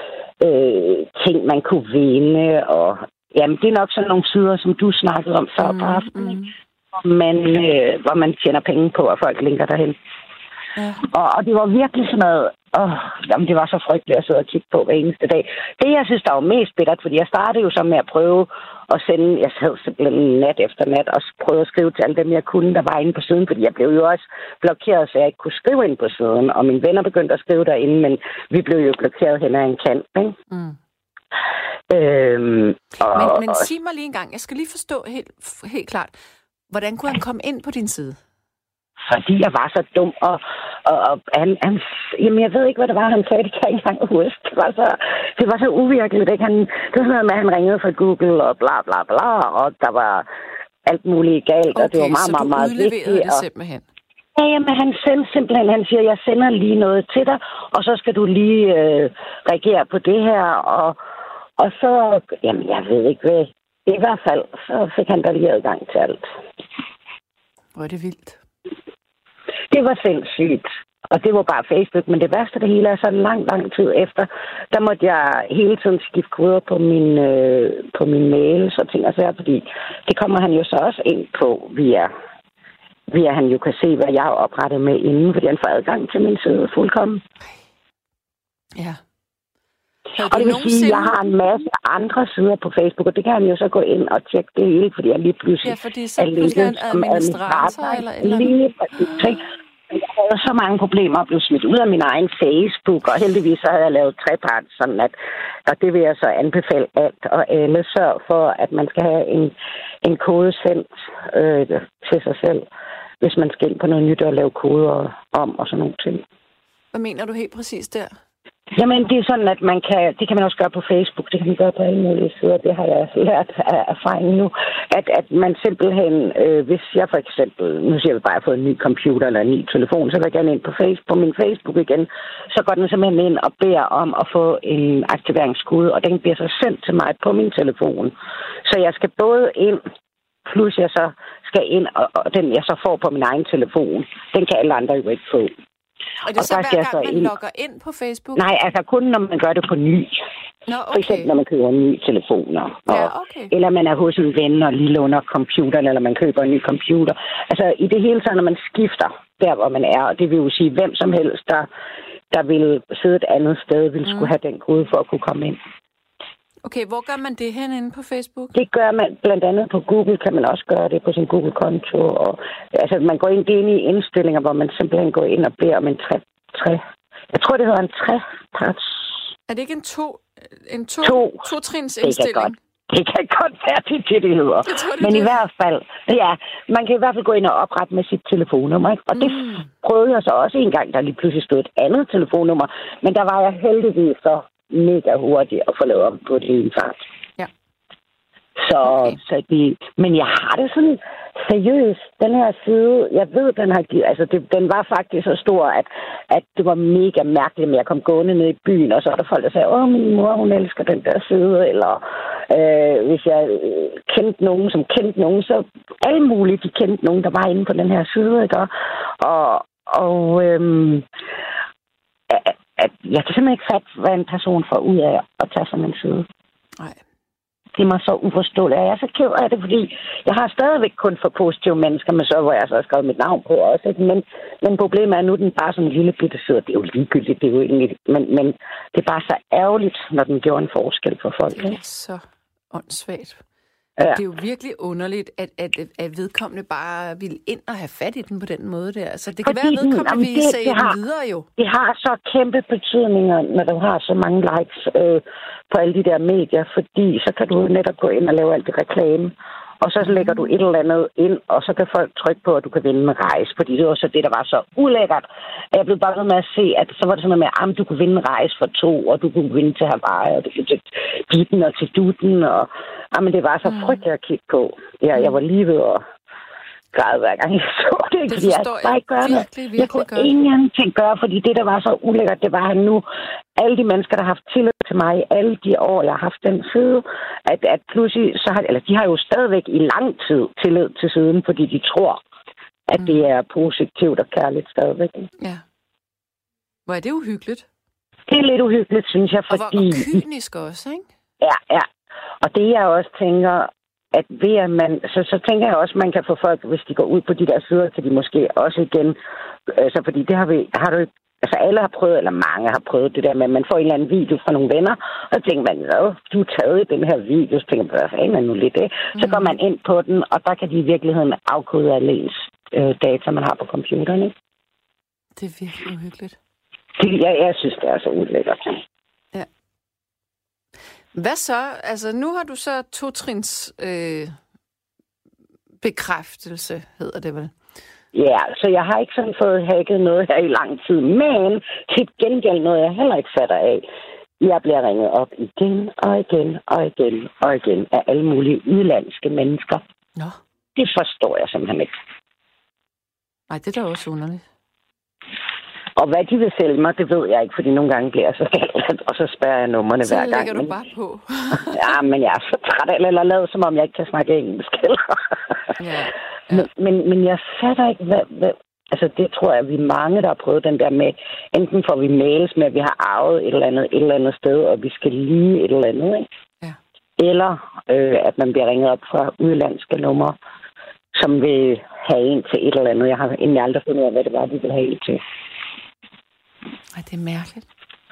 øh, ting, man kunne vinde, og jamen, det er nok sådan nogle sider, som du snakkede om før mm, på aftenen, mm. Men, øh, hvor man tjener penge på, at folk linker derhen. Ja. Og, og det var virkelig sådan noget... Åh, jamen, det var så frygteligt at sidde og kigge på hver eneste dag. Det, jeg synes, der var mest bittert, fordi jeg startede jo så med at prøve at sende... Jeg sad simpelthen nat efter nat og prøvede at skrive til alle dem, jeg kunne, der var inde på siden, fordi jeg blev jo også blokeret, så jeg ikke kunne skrive ind på siden. Og mine venner begyndte at skrive derinde, men vi blev jo blokeret hen ad en kant, ikke? Mm. Øhm, og, men men og, sig mig lige en gang, jeg skal lige forstå helt, helt klart, hvordan kunne han komme ind på din side? Fordi jeg var så dum, og, og, og han, han, jamen jeg ved ikke, hvad det var, han sagde, det kan jeg ikke engang huske. Det var så, det var så uvirkeligt, ikke? Han, det var sådan noget med, at han ringede fra Google, og bla bla bla, og der var alt muligt galt, okay, og det var meget, meget, meget vigtigt. Okay, så du udleverede det og, simpelthen? Ja, jamen han sendte simpelthen, han siger, jeg sender lige noget til dig, og så skal du lige øh, reagere på det her, og, og så, jamen jeg ved ikke hvad, i hvert fald, så fik han da lige adgang til alt. Hvor er det vildt. Det var sindssygt. Og det var bare Facebook, men det værste det hele er så lang, lang tid efter, der måtte jeg hele tiden skifte koder på min, øh, på min mails og ting og sager, fordi det kommer han jo så også ind på via, via han jo kan se, hvad jeg har oprettet med inden, fordi han får adgang til min side fuldkommen. Ja. Og det vil nogensinde... sige, at jeg har en masse andre sider på Facebook, og det kan han jo så gå ind og tjekke det hele, fordi jeg lige pludselig... Ja, fordi så pludselig er en administrator eller eller lige præcis. Jeg havde så mange problemer at blive smidt ud af min egen Facebook, og heldigvis så havde jeg lavet trepart, sådan at, og det vil jeg så anbefale alt og alle, sørg for, at man skal have en, en kode sendt øh, til sig selv, hvis man skal ind på noget nyt og lave koder om og sådan nogle ting. Hvad mener du helt præcis der? Jamen, det er sådan, at man kan, det kan man også gøre på Facebook, det kan man gøre på alle mulige sider, det har jeg lært af erfaring nu, at, at man simpelthen, øh, hvis jeg for eksempel, nu siger jeg bare, at jeg har fået en ny computer eller en ny telefon, så vil jeg gerne ind på, Facebook, på min Facebook igen, så går den simpelthen ind og beder om at få en aktiveringskode, og den bliver så sendt til mig på min telefon. Så jeg skal både ind, plus jeg så skal ind, og, og den jeg så får på min egen telefon, den kan alle andre jo ikke få. Og det er og så hver gang, så man ind... logger ind på Facebook? Nej, altså kun når man gør det på ny. Nå, okay. For eksempel når man køber nye telefoner. Ja, og, okay. Eller man er hos en ven og lige låner computeren, eller man køber en ny computer. Altså i det hele taget, når man skifter der, hvor man er, og det vil jo sige, hvem som helst, der, der vil sidde et andet sted, vil skulle mm. have den kode for at kunne komme ind. Okay, hvor gør man det hen inde på Facebook? Det gør man blandt andet på Google, kan man også gøre det på sin Google-konto. Og, altså man går ind, ind i indstillinger, hvor man simpelthen går ind og beder om en tre, tre. Jeg tror, det hedder en treparts. Er det ikke en to, en to, to. to-trins Det indstilling? kan godt. Det kan godt være, det det, det hedder. Jeg tror, det Men det. i hvert fald, ja, man kan i hvert fald gå ind og oprette med sit telefonnummer, ikke? Og det Mm. prøvede jeg så også en gang, der lige pludselig stod et andet telefonnummer. Men der var jeg heldigvis så mega hurtig at få lavet om på det ene fart. Ja. Så, Okay. så de, men jeg har det sådan seriøst, den her side, jeg ved, den har givet, altså det, den var faktisk så stor, at, at det var mega mærkeligt, at jeg kom gående ned i byen, og så var der folk, der sagde, åh, min mor, hun elsker den der side, eller øh, hvis jeg øh, kendte nogen, som kendte nogen, så alle mulige, de kendte nogen, der var inde på den her side, ikke? Og, og øhm, at, at jeg kan simpelthen ikke fatte, hvad en person får ud af at tage sådan en side. Nej. Det er mig så uforståeligt. Jeg er så ked af det, fordi jeg har stadigvæk kun for positive mennesker, men så hvor jeg så har skrevet mit navn på også. Ikke? Men, men problemet er nu, den bare sådan en lille bitte side. Det er jo ligegyldigt, det er jo egentlig, men, men det er bare så ærgerligt, når den gjorde en forskel for folk. Det Ikke? er så åndssvagt. Ja. Det er jo virkelig underligt, at, at, at vedkommende bare ville ind og have fat i den på den måde der. Altså, det kan Fordi være, at vedkommende den, vil det, sætte det den har, videre jo. Det har så kæmpe betydninger, når du har så mange likes øh, på alle de der medier, fordi så kan du netop gå ind og lave alt det reklame, og så lægger du et eller andet ind, og så kan folk trykke på, at du kan vinde en rejse, fordi det var så det, der var så ulækkert. Jeg blev bare ved med at se, at så var det sådan noget med, at du kunne vinde en rejse for to, og du kunne vinde til Hawaii, og du kunne til Ditten og til Dutten, og jamen, det var så frygteligt at kigge på. Ja, jeg var lige ved at græde hver gang, jeg så det. Det fordi forstår jeg, jeg ikke gøre virkelig, virkelig Jeg kunne godt. ingenting gøre, fordi det, der var så ulækkert, det var han nu. Alle de mennesker, der har haft tillid til mig, alle de år, jeg har haft den side, at, at pludselig, så har, eller de har jo stadigvæk i lang tid tillid til siden, fordi de tror, at mm. det er positivt og kærligt stadigvæk. Ja. Hvor er det uhyggeligt. Det er lidt uhyggeligt, synes jeg, Og, hvor, fordi... og kynisk også, ikke? Ja, ja. Og det, jeg også tænker, at ved at man, så, så tænker jeg også, at man kan få folk, hvis de går ud på de der sider, kan de måske også igen, altså fordi det har vi, har du ikke, altså alle har prøvet, eller mange har prøvet det der med, at man får en eller anden video fra nogle venner, og så tænker man, åh, du er taget i den her video, så tænker man, hvad fanden er nu lidt det? Mm. Så går man ind på den, og der kan de i virkeligheden afkode alle ens øh, data, man har på computeren, ikke? Det er virkelig uhyggeligt. Det, jeg, jeg synes, det er så ulækkert. Ja. Hvad så? Altså, nu har du så to-trins øh, bekræftelse, hedder det vel? Ja, så jeg har ikke sådan fået hacket noget her i lang tid, men til gengæld noget, jeg heller ikke fatter af. Jeg bliver ringet op igen og igen og igen og igen af alle mulige udlandske mennesker. Nå. Det forstår jeg simpelthen ikke. Nej, det er da også underligt. Og hvad de vil sælge mig, det ved jeg ikke, fordi nogle gange bliver jeg så galt, og så spærrer jeg numrene så hver gang. Så lægger du bare på. Ja, men jeg er så træt af, eller lavet, som om jeg ikke kan snakke engelsk. Eller? Ja, ja. Men, men, men jeg fatter ikke, hvad, hvad... Altså, det tror jeg, vi er mange, der har prøvet den der med, enten får vi mails med, at vi har arvet et eller andet et eller andet sted, og vi skal lige et eller andet, ikke? Ja. Eller øh, at man bliver ringet op fra udlandske numre, som vil have en til et eller andet. Jeg har egentlig aldrig fundet ud af, hvad det var, de vil have en til. Ej, det er mærkeligt.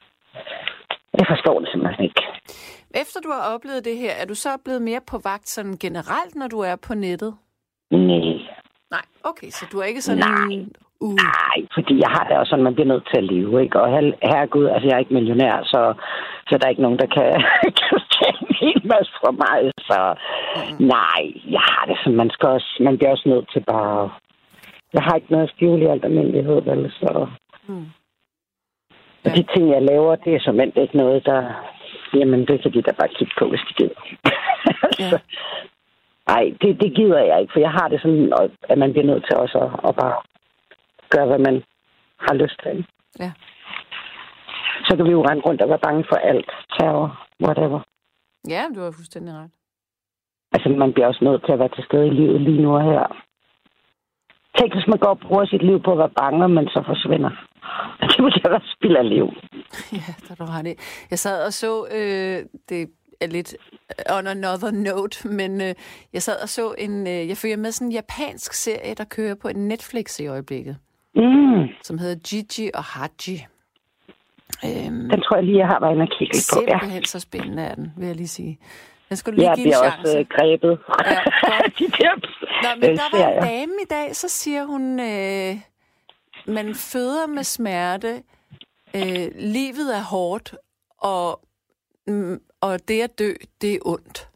Jeg forstår det simpelthen ikke. Efter du har oplevet det her, er du så blevet mere på vagt sådan generelt, når du er på nettet? Nej. Nej, okay, så du er ikke sådan... Nej, uh. Nej, fordi jeg har det også sådan, man bliver nødt til at leve, ikke? Og her, herregud, altså jeg er ikke millionær, så, så der er ikke nogen, der kan, kan tjene en hel masse for mig. Så mm. nej, jeg har det sådan, man skal også, man bliver også nødt til bare... Jeg har ikke noget at skjule i alt almindelighed, vel, så... Mm. Ja. De ting, jeg laver, det er simpelthen ikke noget, der... Jamen, det kan de da bare kigge på, hvis de gider. Ja. Nej, det, det gider jeg ikke, for jeg har det sådan, at man bliver nødt til også at, at bare gøre, hvad man har lyst til. Ja. Så kan vi jo rende rundt og være bange for alt. Terror, whatever. Ja, du har fuldstændig ret. Altså, man bliver også nødt til at være til stede i livet lige nu og her. Tænk, hvis man går og bruger sit liv på at være bange, men så forsvinder. Det må da være spild af liv. Ja, der du har det. Jeg sad og så, øh, det er lidt on another note, men øh, jeg sad og så en, øh, jeg følger med sådan en japansk serie, der kører på en Netflix i øjeblikket, mm. som hedder Gigi og Haji. Øhm, den tror jeg lige, jeg har været inde og kigge på. Simpelthen ja. Så spændende er den, vil jeg lige sige. Den skal du lige ja, give en chance. Ja, bliver også øh, grebet. Ja, De der, Nå, men der var en dame i dag, så siger hun, øh, man føder med smerte, øh, livet er hårdt, og, mm, og det at dø, det er ondt.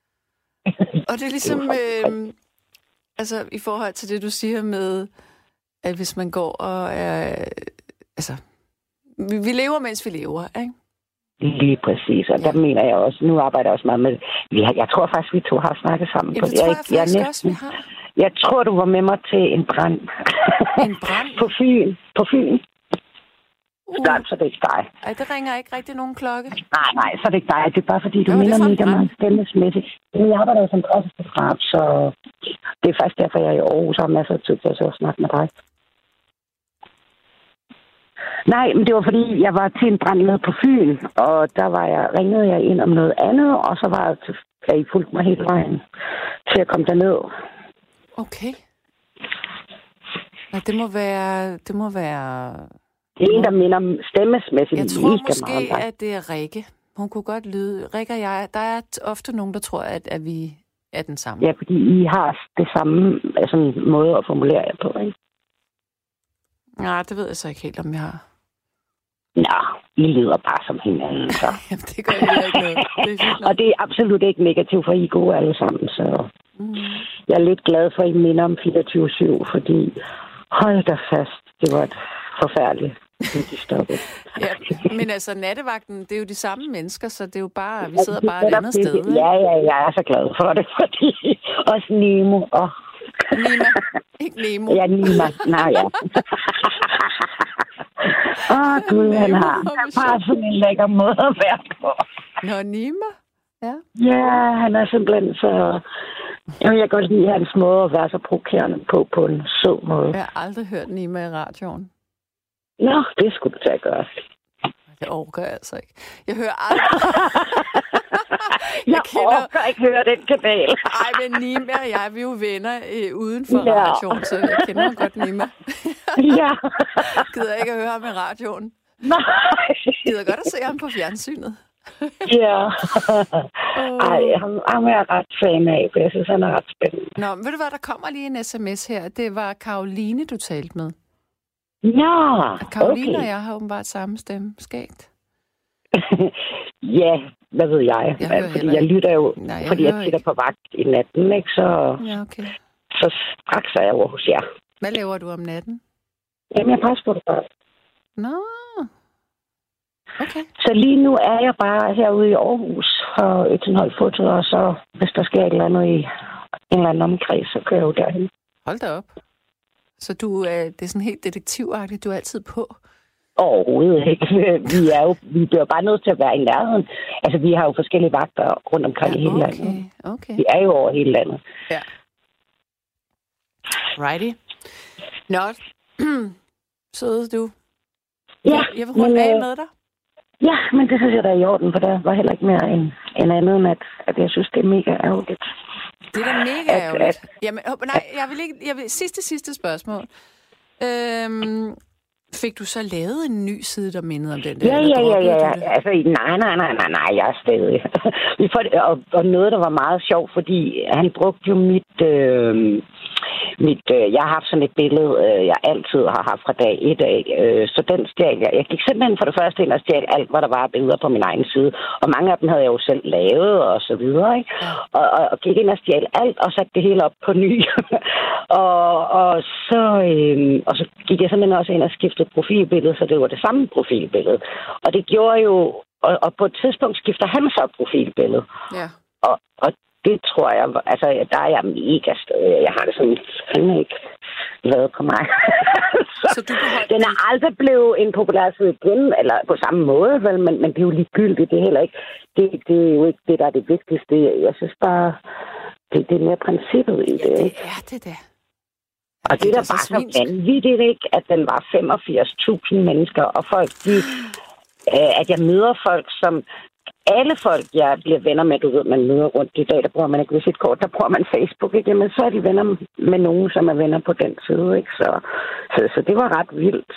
Og det er ligesom, øh, altså i forhold til det, du siger med, at hvis man går og er, altså, vi, vi lever, mens vi lever, ikke? Lige præcis, og ja. Der mener jeg også, nu arbejder jeg også meget med, jeg, jeg tror faktisk, vi to har snakket sammen. Ja, det tror jeg, jeg, jeg, jeg næsten, også, vi har. Jeg tror, du var med mig til en brand. En brand? på Fyn. På Fyn. Uh. Nej, så det er ikke dig. Ej, det ringer ikke rigtig nogen klokke. Nej, nej, så er det ikke dig. Det er bare fordi, du jo, minder mega meget stemmesmæssigt. Men jeg arbejder jo som pressefotograf, så det er faktisk derfor, jeg er i Aarhus og har masser af tid til at snakke med dig. Nej, men det var fordi, jeg var til en brand nede på Fyn, og der var jeg, ringede jeg ind om noget andet, og så var jeg, jeg I fulgte mig hele vejen til at komme derned. Okay. Ja, det må være... Det må være... Det er en, der minder stemmesmæssigt. Jeg tror måske, at det er Rikke. Hun kunne godt lyde... Rikke og jeg, der er ofte nogen, der tror, at, at vi er den samme. Ja, fordi I har det samme altså, måde at formulere jer på, ikke? Nej, det ved jeg så ikke helt, om jeg har. Nå, I lyder bare som hinanden, så. Jamen, det gør jeg ikke noget. Det er og det er absolut ikke negativt, for I er gode alle sammen, så... Mm. Jeg er lidt glad for, at I minder om fireogtyve syv, fordi hold da fast, det var et forfærdeligt, de stoppede. Ja, men altså nattevagten, det er jo de samme mennesker, så det er jo bare, vi sidder ja, bare et andet det, sted. Det, ja, ja, jeg er så glad for det, fordi også Nemo og... Nima, ikke Nemo. Ja, Nima, nej ja. Åh, oh, Gud, han har, han har sådan en lækker måde at være på. Nå, Nima? Ja. Ja, han er simpelthen så... Jeg kan godt lide hans måde at være så provokerende på, på en sød måde. Jeg har aldrig hørt Nima i radioen. Nå, det skulle du tage at gøre. Det overgår jeg altså ikke. Jeg hører aldrig... jeg kender... orker ikke høre den kanal. Ej, men Nima og jeg, vi er jo venner øh, uden for ja. radioen, så jeg kender godt Nima. Ja. Gider ikke at høre ham i radioen. Nej. Gider godt at se ham på fjernsynet. Ja. Ej, ham, ham er jeg ret fan af, for jeg synes, han er ret spændende. Nå, ved du hvad, der kommer lige en sms her. Det var Karoline, du talte med. Nå, Karoline okay. og jeg har åbenbart samme stemme. Skægt. Ja, hvad ved jeg? Jeg fordi jeg lytter jo, Nej, jeg fordi jeg sitter på vagt i natten, ikke? Så, ja, okay. så straks er jeg over hos jer. Hvad laver du om natten? Jamen, jeg passer på det bare. Nå. Okay. Så lige nu er jeg bare herude i Aarhus og Øtenhold Foto, og så hvis der sker et eller andet i en eller anden omkreds, så kører jeg jo derhen. Hold da op. Så du, øh, det er sådan helt detektivagtigt, du er altid på? Overhovedet ikke. Vi er jo vi bliver bare nødt til at være i nærheden. Altså, vi har jo forskellige vagter rundt omkring ja, i hele okay, landet. Okay. Vi er jo over hele landet. Ja. Righty. Nå, søde du. Ja, jeg vil runde af øh, med dig. Ja, men det synes jeg, der er i orden, for der var heller ikke mere end, end andet, end at, at jeg synes, det er mega ærgerligt. Det er da mega at, ærgerligt. At, Jamen, nej, jeg vil ikke... Jeg vil, sidste, sidste spørgsmål. Øhm, fik du så lavet en ny side, der mindede om den der? Ja, ja, ja, ja, ja. Altså, nej, nej, nej, nej, nej, jeg er stadig. Vi får det, og, og noget, der var meget sjovt, fordi han brugte jo mit... Øh, Mit, øh, jeg har haft sådan et billede, øh, jeg altid har haft fra dag et af, øh, så den stjal jeg. Jeg gik simpelthen for det første ind og stjal alt, hvad der var af billeder på min egen side, og mange af dem havde jeg jo selv lavet og så videre, ikke? Og, og, og gik ind og stjal alt og satte det hele op på ny. og, og, så, øh, og så gik jeg simpelthen også ind og skiftede profilbillede, så det var det samme profilbillede. Og det gjorde jo, og, og på et tidspunkt skifter han så profilbillede. Ja. Og, og det tror jeg, altså der er jeg mega stadig. Jeg har det sådan, han ikke lavet på mig. så, så du den er aldrig blevet en populær side igen, eller på samme måde, vel, men, men det er jo ligegyldigt. Det er heller ikke, det, det er jo ikke det, der er det vigtigste. Jeg synes bare, det, det er mere princippet i det. Ja, det ikke? er det da. Og det, det er da bare så vanvittigt, ikke, at den var femogfirs tusind mennesker, og folk, de, øh, at jeg møder folk, som alle folk, jeg bliver venner med, du ved, man møder rundt i dag, der bruger man ikke visitkort, der bruger man Facebook, ikke? Men så er de venner med nogen, som er venner på den side, ikke? Så, så, så det var ret vildt.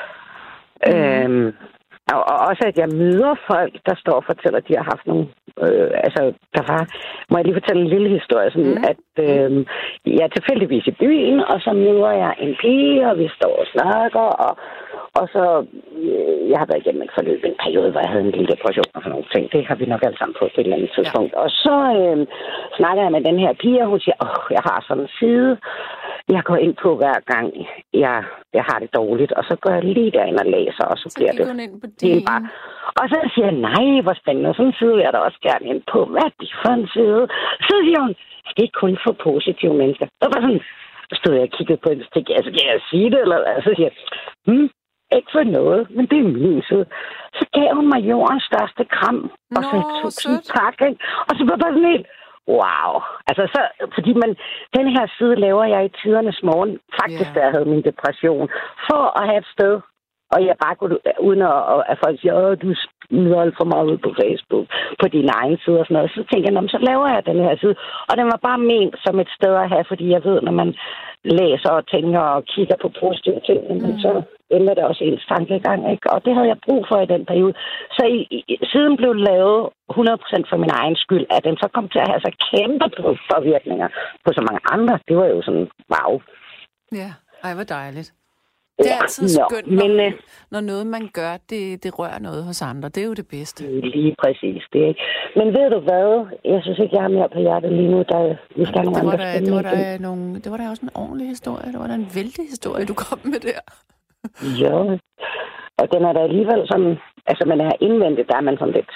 Mm. Øhm, og, og også, at jeg møder folk, der står og fortæller, at de har haft nogle... Øh, altså, der var... Må jeg lige fortælle en lille historie, sådan mm. at øh, jeg er tilfældigvis i byen, og så møder jeg en pige, og vi står og snakker, og Og så, øh, jeg har været igennem et forløb en periode, hvor jeg havde en lille depression og sådan nogle ting. Det har vi nok alle sammen på et eller andet tidspunkt. Ja. Og så øh, snakker jeg med den her pige, og hun siger, åh, jeg har sådan en side, jeg går ind på hver gang, jeg, jeg har det dårligt. Og så går jeg lige derind og læser, og så, så bliver det helt bare. Og så siger jeg, nej, hvor spændende, sådan en side vil jeg da også gerne ind på. Hvad er det for en side? Så siger hun, det er kun for positive mennesker. Så var sådan, så stod jeg og kiggede på en stik, altså kan jeg sige det? Eller så siger jeg, hm, ikke for noget, men det er min side. Så gav hun mig jordens største kram, og Nå, sagde tusind tak, ikke? Og så var bare sådan helt, wow. Altså så, fordi man, den her side laver jeg i tidernes morgen, faktisk yeah. da jeg havde min depression, for at have et sted, og jeg bare kunne, uden at, at folk siger, åh, du smider alt for meget ud på Facebook, på din egen side og sådan noget. Så tænkte jeg, så laver jeg den her side. Og den var bare ment som et sted at have, fordi jeg ved, når man læser og tænker og kigger på positive ting, mm. men så ændrer det også ens tankegang, ikke? Og det havde jeg brug for i den periode. Så i, i, siden blev lavet hundrede procent for min egen skyld, at den så kom til at have så kæmpe påvirkninger på så mange andre. Det var jo sådan, wow. Ja, ej, hvor dejligt. Det er altid skønt, når, men, når noget, man gør, det, det rører noget hos andre. Det er jo det bedste. Lige præcis. Det er ikke. Men ved du hvad? Jeg synes ikke, jeg har mere på hjertet lige nu. Der, vi skal det, nogle var andre der, det, var der nogle, det var der også en ordentlig historie. Det var der en vældig historie, du kom med der. Ja. Og den er der alligevel sådan... Altså, man er indvendigt, der er man sådan lidt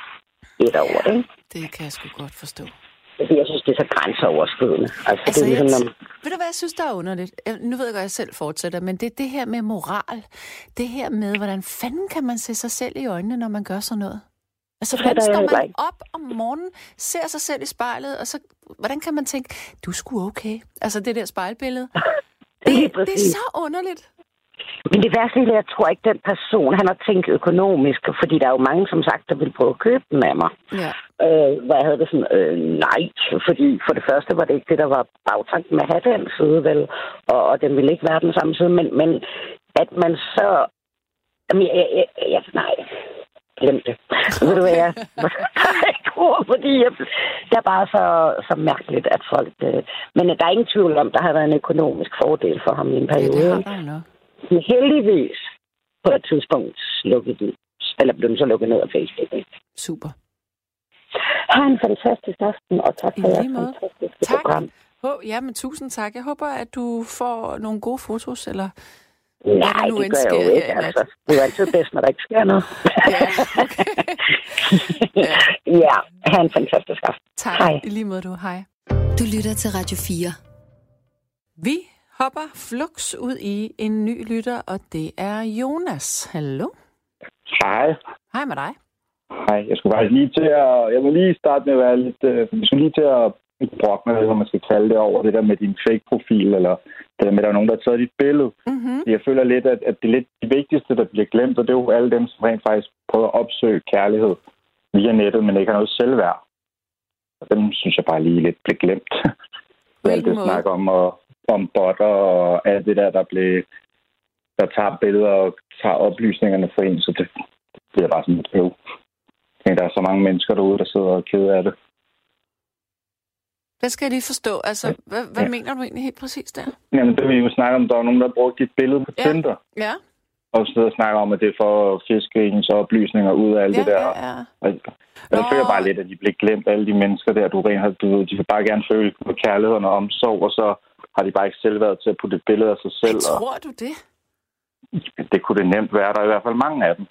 et over, ikke? Det kan jeg sgu godt forstå. Jeg synes, det er så grænseoverskridende. Altså, altså, det er ligesom, jeg, når... Ved du hvad, jeg synes, der er underligt? Nu ved jeg godt, at jeg selv fortsætter, men det er det her med moral. Det her med, hvordan fanden kan man se sig selv i øjnene, når man gør sådan noget? Altså, hvordan står man op om morgenen, ser sig selv i spejlet, og så, hvordan kan man tænke, du er sgu okay? Altså, det der spejlbillede. det, det er så underligt. Men det værste er, jeg tror ikke, den person, han har tænkt økonomisk, fordi der er jo mange, som sagt, der vil prøve at købe den af mig. Ja. øh, hvad havde det sådan, øh, nej, fordi for det første var det ikke det, der var bagtanken med at have den side, vel, og, og den ville ikke være den samme side, men, men at man så, jamen, jeg, jeg, jeg, nej, glem det. Ved du hvad, jeg, fordi jeg, det er bare så, så mærkeligt, at folk, øh, men der er ingen tvivl om, der har været en økonomisk fordel for ham i en periode. Ja, det har der nok. Men heldigvis på et tidspunkt lukkede de, eller blev den så lukket ned af Facebook. Super. Ha' en fantastisk aften, og tak for jeres fantastiske tak. program. Oh, ja, men tusind tak. Jeg håber, at du får nogle gode fotos, eller nej, det, nu det gør jeg jo ikke. Altså, det er jo altid bedst, når der ikke sker noget. Ja, okay. ja. ja, ha' en fantastisk aften. Tak. Hej. I lige måde, du. Hej. Du lytter til Radio fire. Vi hopper flux ud i en ny lytter, og det er Jonas. Hallo. Hej. Hej med dig. Hej, jeg skulle faktisk lige til at... Jeg vil lige starte med at være lidt... Øh, jeg skulle lige til at brokke mig, hvad man skal kalde det, over det der med din fake-profil, eller det der med, at der er nogen, der har taget dit billede. Mm-hmm. Jeg føler lidt, at, at det er lidt det vigtigste, der bliver glemt, og det er jo alle dem, som rent faktisk prøver at opsøge kærlighed via nettet, men ikke har noget selvværd. Og dem synes jeg bare lige lidt blev glemt. Alt det snak om, og, om botter og alt det der, der blev... der tager billeder og tager oplysningerne for en, så det, det bliver bare sådan et øv. Der er så mange mennesker derude, der sidder og er kede af det. Hvad skal jeg lige forstå? Altså, ja. hvad, hvad ja. mener du egentlig helt præcis der? Jamen, det vil vi jo snakke om, der er nogen, der har brugt dit billede på ja. Tinder. Ja. Og så snakker om, at det er for at fiske ens oplysninger ud af alt ja, det der. Ja, ja. Og jeg føler bare lidt, at de bliver glemt, alle de mennesker der, du rent har du, de vil bare gerne føle på kærligheden og omsorg, og så har de bare ikke selv været til at putte et billede af sig selv. Jeg tror du det? Og det kunne det nemt være. Der er i hvert fald mange af dem.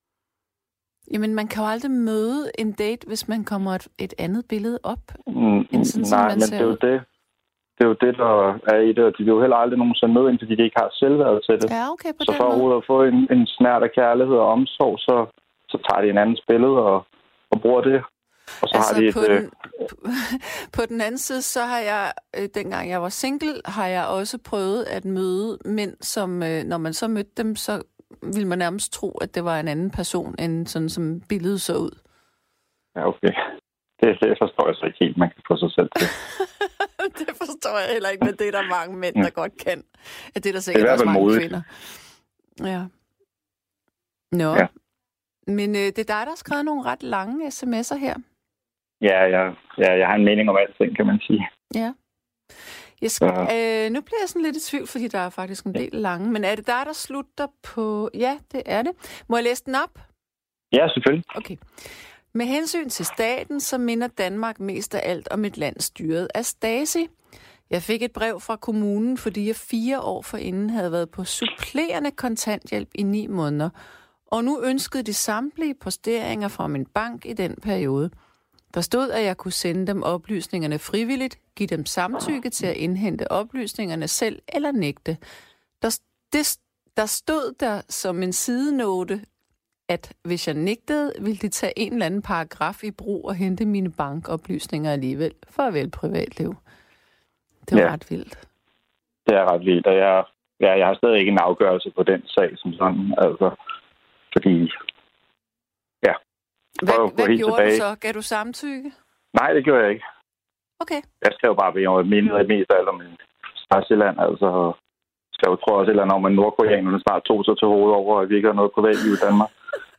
Jamen, man kan jo aldrig møde en date, hvis man kommer et, et andet billede op. Mm, end sådan, nej, som man men ser det er jo ud. det. Det er jo det, der er i det, og de vil jo heller aldrig nogensinde møde ind, fordi de ikke har selvværd til det. Ja, okay, på så den for overhovedet at få en, en snært af kærlighed og omsorg, så, så tager de en andens billede og, og bruger det. Og så altså, har de et... På den, på, på den anden side, så har jeg, øh, dengang jeg var single, har jeg også prøvet at møde mænd, som, øh, når man så mødte dem, så ville man nærmest tro, at det var en anden person, end sådan som billedet så ud. Ja, okay. Det, det forstår jeg så ikke helt, man kan få sig selv til. Det forstår jeg heller ikke, men det er der mange mænd, der godt kan. At det er der sikkert det er også mange modigt. kvinder. Ja. Nå. Ja. Men øh, det er dig, der har skrevet nogle ret lange sms'er her. Ja, ja, ja, jeg har en mening om alting, kan man sige. Ja. Jeg skal, øh, nu bliver jeg sådan lidt i tvivl, fordi der er faktisk en del lange. Men er det dig, der slutter på... Ja, det er det. Må jeg læse den op? Ja, selvfølgelig. Okay. Med hensyn til staten, så minder Danmark mest af alt om et land styret af Stasi. Jeg fik et brev fra kommunen, fordi jeg fire år forinden havde været på supplerende kontanthjælp i ni måneder. Og nu ønskede de samtlige posteringer fra min bank i den periode. Der stod, at jeg kunne sende dem oplysningerne frivilligt, give dem samtykke til at indhente oplysningerne selv eller nægte. Der, det, der stod der som en sidenote, at hvis jeg nægtede, ville de tage en eller anden paragraf i brug og hente mine bankoplysninger alligevel. Farvel privatliv. Det var ja. ret vildt. Det er ret vildt, og jeg, ja, jeg har stadig ikke en afgørelse på den sag som sådan. Altså, fordi, ja. Hvad, hvad gjorde tilbage. du så? Gav du samtykke? Nej, det gjorde jeg ikke. Okay. Jeg skrev bare ved om, at mindre mest af alt om en Swaziland, altså skrev, tror jeg også et eller andet om, at nordkoreanerne snart tog sig til hovedet over, at vi ikke har noget privatliv i Danmark.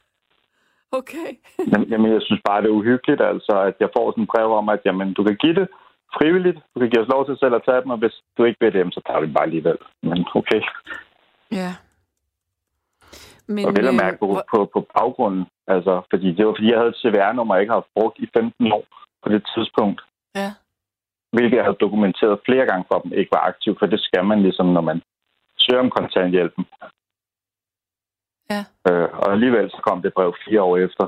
Okay. Jamen, jeg synes bare, det er uhyggeligt, altså, at jeg får sådan en brev om, at jamen, du kan give det frivilligt, du kan give os lov til selv at tage dem, og hvis du ikke vil dem, så tager vi bare alligevel. Men okay. Ja. Men, og vel at mærke på, øh, på, på baggrunden, altså, fordi det var, fordi jeg havde et C V R-nummer, jeg ikke har brugt i femten år på det tidspunkt. Ja. Hvilket jeg havde dokumenteret flere gange for dem, ikke var aktiv, for det skal man ligesom, når man søger om kontanthjælpen. Ja. Øh, og alligevel så kom det brev fire år efter.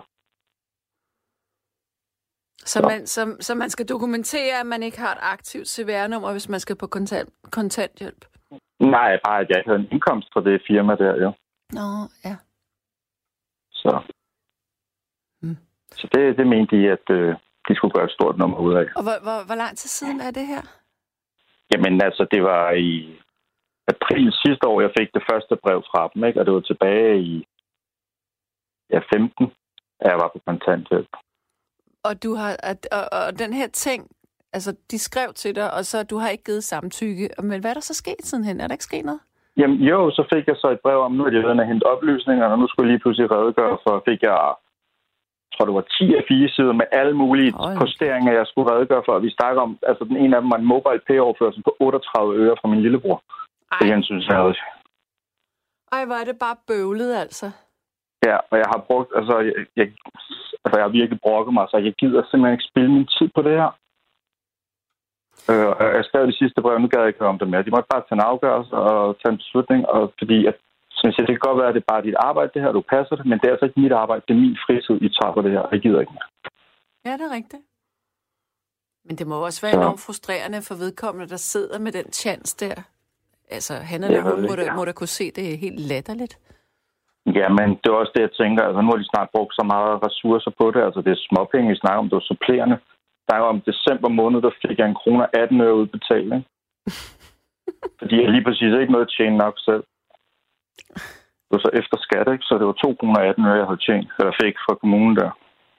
Så man, så, så man skal dokumentere, at man ikke har et aktivt C V R-nummer, hvis man skal på kontant, kontanthjælp? Nej, bare at jeg ikke havde en indkomst fra det firma der, jo. Nå, ja. Så, hmm. så det, det mente de, at øh, de skulle gøre et stort nummer ud af. Og hvor, hvor, hvor lang tid siden er det her? Jamen altså, det var i april sidste år, jeg fik det første brev fra dem, ikke? Og det var tilbage i ja, femten, at jeg var på kontanthjælp. Og du har og, og den her ting, altså de skrev til dig, og så du har ikke givet samtykke. Men hvad er der så sket sidenhen? Er der ikke sket noget? Jamen jo, så fik jeg så et brev om, nu er jeg ved at hente oplysninger, og nu skulle jeg lige pludselig redegøre for, fik jeg, jeg tror det var ti af fire sider med alle mulige oh, posteringer, jeg skulle redegøre for. Og vi snakker om, altså den ene af dem var en mobile pay-overførsel på otteogtredive øre fra min lillebror. Ej. Det jeg synes, jeg havde. Ej, hvor er det bare bøvlet, altså. Ja, og jeg har brugt, altså jeg, jeg, altså, jeg har virkelig brokket mig, så jeg gider simpelthen ikke spille min tid på det her. Øh, jeg skrev det sidste brev, nu gad jeg ikke høre om det mere. De måtte bare tage en afgørelse og tage en beslutning, og fordi at, synes jeg, det kan godt være, at det er bare dit arbejde, det her, du passer det, men det er altså ikke mit arbejde, det er min fritid, I tager på det her, og jeg gider ikke mere. Ja, det er rigtigt. Men det må også være enormt frustrerende for vedkommende, der sidder med den chance der. Altså, han eller hun må, ja. må da kunne se, det er helt latterligt. Ja, men det er også det, jeg tænker. Altså, nu har de snart brugt så meget ressourcer på det. Altså, det er småpenge, vi snakker om. Det er supplerende. Der er jo om december måned, der fik jeg en kroner atten øre udbetalt. Ikke? Fordi jeg lige præcis ikke noget at tjene nok selv. Det var så efter skat, ikke? Så det var to kroner atten øre, jeg havde tjent. Eller fik fra kommunen der.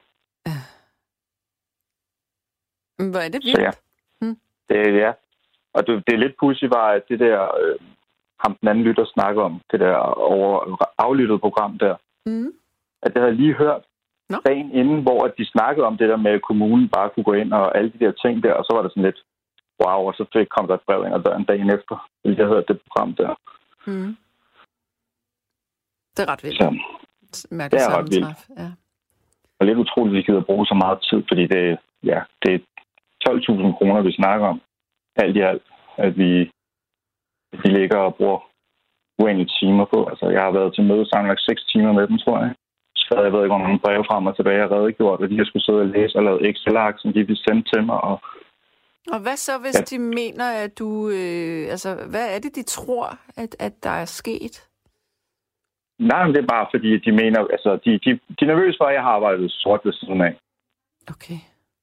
Hvor er det vildt? Så, ja. Hmm. Det er ja. Og det, det er lidt pudsigt var, at det der... Øh, ham den anden lytter snakker om, det der over aflyttede program der. Mm. At det havde lige hørt no. dagen inden, hvor de snakkede om det der med, at kommunen bare kunne gå ind og alle de der ting der, og så var det sådan lidt, wow, og så fik, kom der et brev ind ad døren dagen efter, fordi jeg hørte det program der. Mm. Det er ret vildt. Så, det er ret vildt. Ja. Og lidt utroligt, at vi gider bruge så meget tid, fordi det, ja, det er tolv tusind kroner, vi snakker om. Alt i alt, at vi de ligger og bruger uendelige timer på. Altså, jeg har været til møde sammenlagt seks timer med dem, tror jeg. Så jeg ved ikke, om nogle breve frem og tilbage har redegjort, og de har skulle sidde og læse og lave Excel-ark, som de vil sende til mig. Og, og hvad så, hvis ja. de mener, at du... Øh, altså, hvad er det, de tror, at, at der er sket? Nej, men det er bare, fordi de mener... Altså, de, de, de er nervøse for, at jeg har arbejdet sort ved siden af. Okay.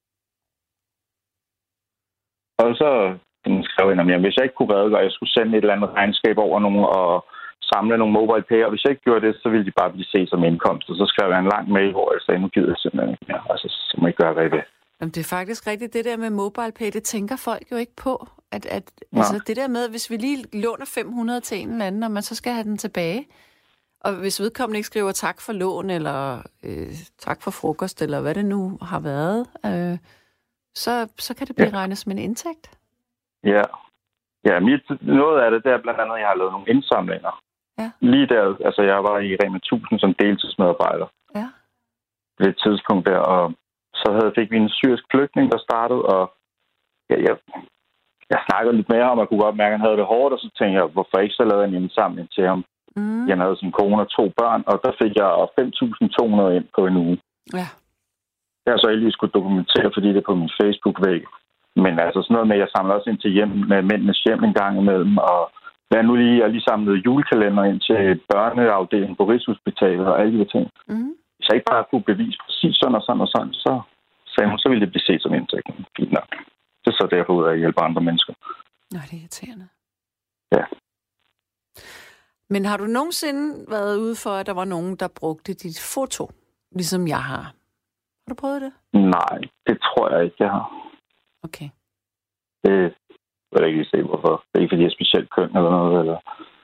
Og så... Den skrev ind om, at hvis jeg ikke kunne redegøre, jeg skulle sende et eller andet regnskab over nogen og samle nogle mobile pay, og hvis jeg ikke gjorde det, så ville de bare blive set som indkomst. Og så skrev jeg en lang mail, hvor jeg sagde, nu gider jeg simpelthen ikke mere. Altså, så må jeg gøre, hvad jeg vil. Jamen, det er faktisk rigtigt. Det der med mobile pay, det tænker folk jo ikke på. At, at, ja. Altså, det der med, hvis vi lige låner fem hundrede til en eller anden, og man så skal have den tilbage, og hvis vedkommende ikke skriver tak for lån, eller øh, tak for frokost, eller hvad det nu har været, øh, så, så kan det blive ja. regnet som en indtægt. Ja, ja mit, noget af det, der blandt andet, jeg har lavet nogle indsamlinger. Ja. Lige der, altså jeg var i Rema tusind som deltidsmedarbejder. Ja. Ved et tidspunkt der, og så havde, fik vi en syrisk flygtning, der startede, og ja, jeg, jeg snakkede lidt mere om, at jeg kunne godt mærke, at han havde det hårdt, og så tænkte jeg, hvorfor ikke så lavede en indsamling til ham? Mm. Jeg havde sin kone og to børn, og der fik jeg fem tusind to hundrede ind på en uge. Ja. Jeg har så heldigvis skulle dokumentere, fordi det er på min Facebook-væg. Men altså sådan noget med, at jeg samlede også ind til hjem med mændenes hjem en gang imellem, og hvad nu lige, jeg lige samlede julekalender ind til børneafdelingen på Rigshospitalet og alle de ting. Mm. Hvis jeg ikke bare kunne bevise præcis sådan og sådan og sådan, så sagde hun, så ville det blive set som indtægt. Fint nok. Det er så derfor ud af at hjælpe andre mennesker. Nå, det er irriterende. Ja. Men har du nogensinde været ude for, at der var nogen, der brugte dit foto, ligesom jeg har? Har du prøvet det? Nej, det tror jeg ikke, jeg har. Okay. Det vil jeg ikke lige se, hvorfor. Det er ikke, fordi jeg er specielt køn eller noget, eller...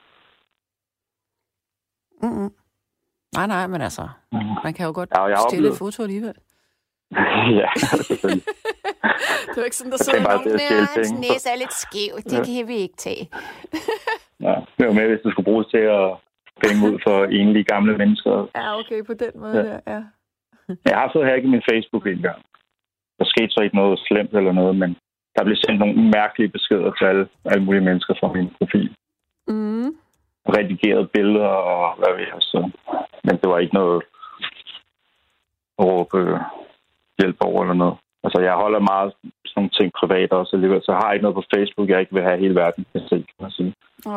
Mm-mm. Nej, nej, men altså, mm. man kan jo godt ja, stille et foto alligevel. Ja, selvfølgelig. Det er ikke sådan, der sidder nogen der, hans næse er lidt skæv. Det ja. kan vi ikke tage. Ja, det var med, hvis det skulle bruges til at penge ud for enlige gamle mennesker. Ja, okay, på den måde, ja. Der, ja. Jeg har fået hacket min Facebook en gang. Der skete så ikke noget slemt eller noget, men der blev sendt nogle mærkelige beskeder til alle, alle mulige mennesker fra min profil. Mm. Redigerede billeder og hvad ved jeg så. Men det var ikke noget at råbe hjælp over eller noget. Altså, jeg holder meget sådan nogle ting privat også alligevel, så jeg har ikke noget på Facebook, jeg ikke vil have hele verden til at se, kan man sige.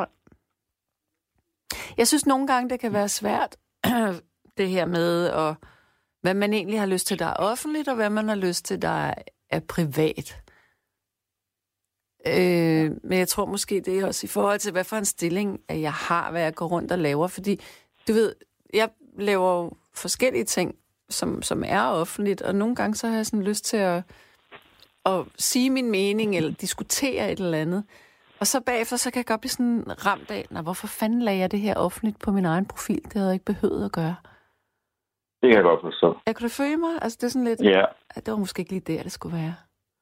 Jeg synes nogle gange, det kan være svært, det her med, at, hvad man egentlig har lyst til, der er offentligt, og hvad man har lyst til, der er privat. Øh, men jeg tror måske, det er også i forhold til, hvad for en stilling at jeg har, hvad jeg går rundt og laver. Fordi, du ved, jeg laver jo forskellige ting som, som er offentligt, og nogle gange så har jeg sådan lyst til at, at sige min mening, eller diskutere et eller andet. Og så bagefter, så kan jeg godt blive sådan ramt af, nej, hvorfor fanden lagde jeg det her offentligt på min egen profil? Det havde jeg ikke behøvet at gøre. Det kan jeg godt forstå. Jeg kunne du følge mig? Altså, det er sådan lidt... Ja. Det var måske ikke lige der, det skulle være.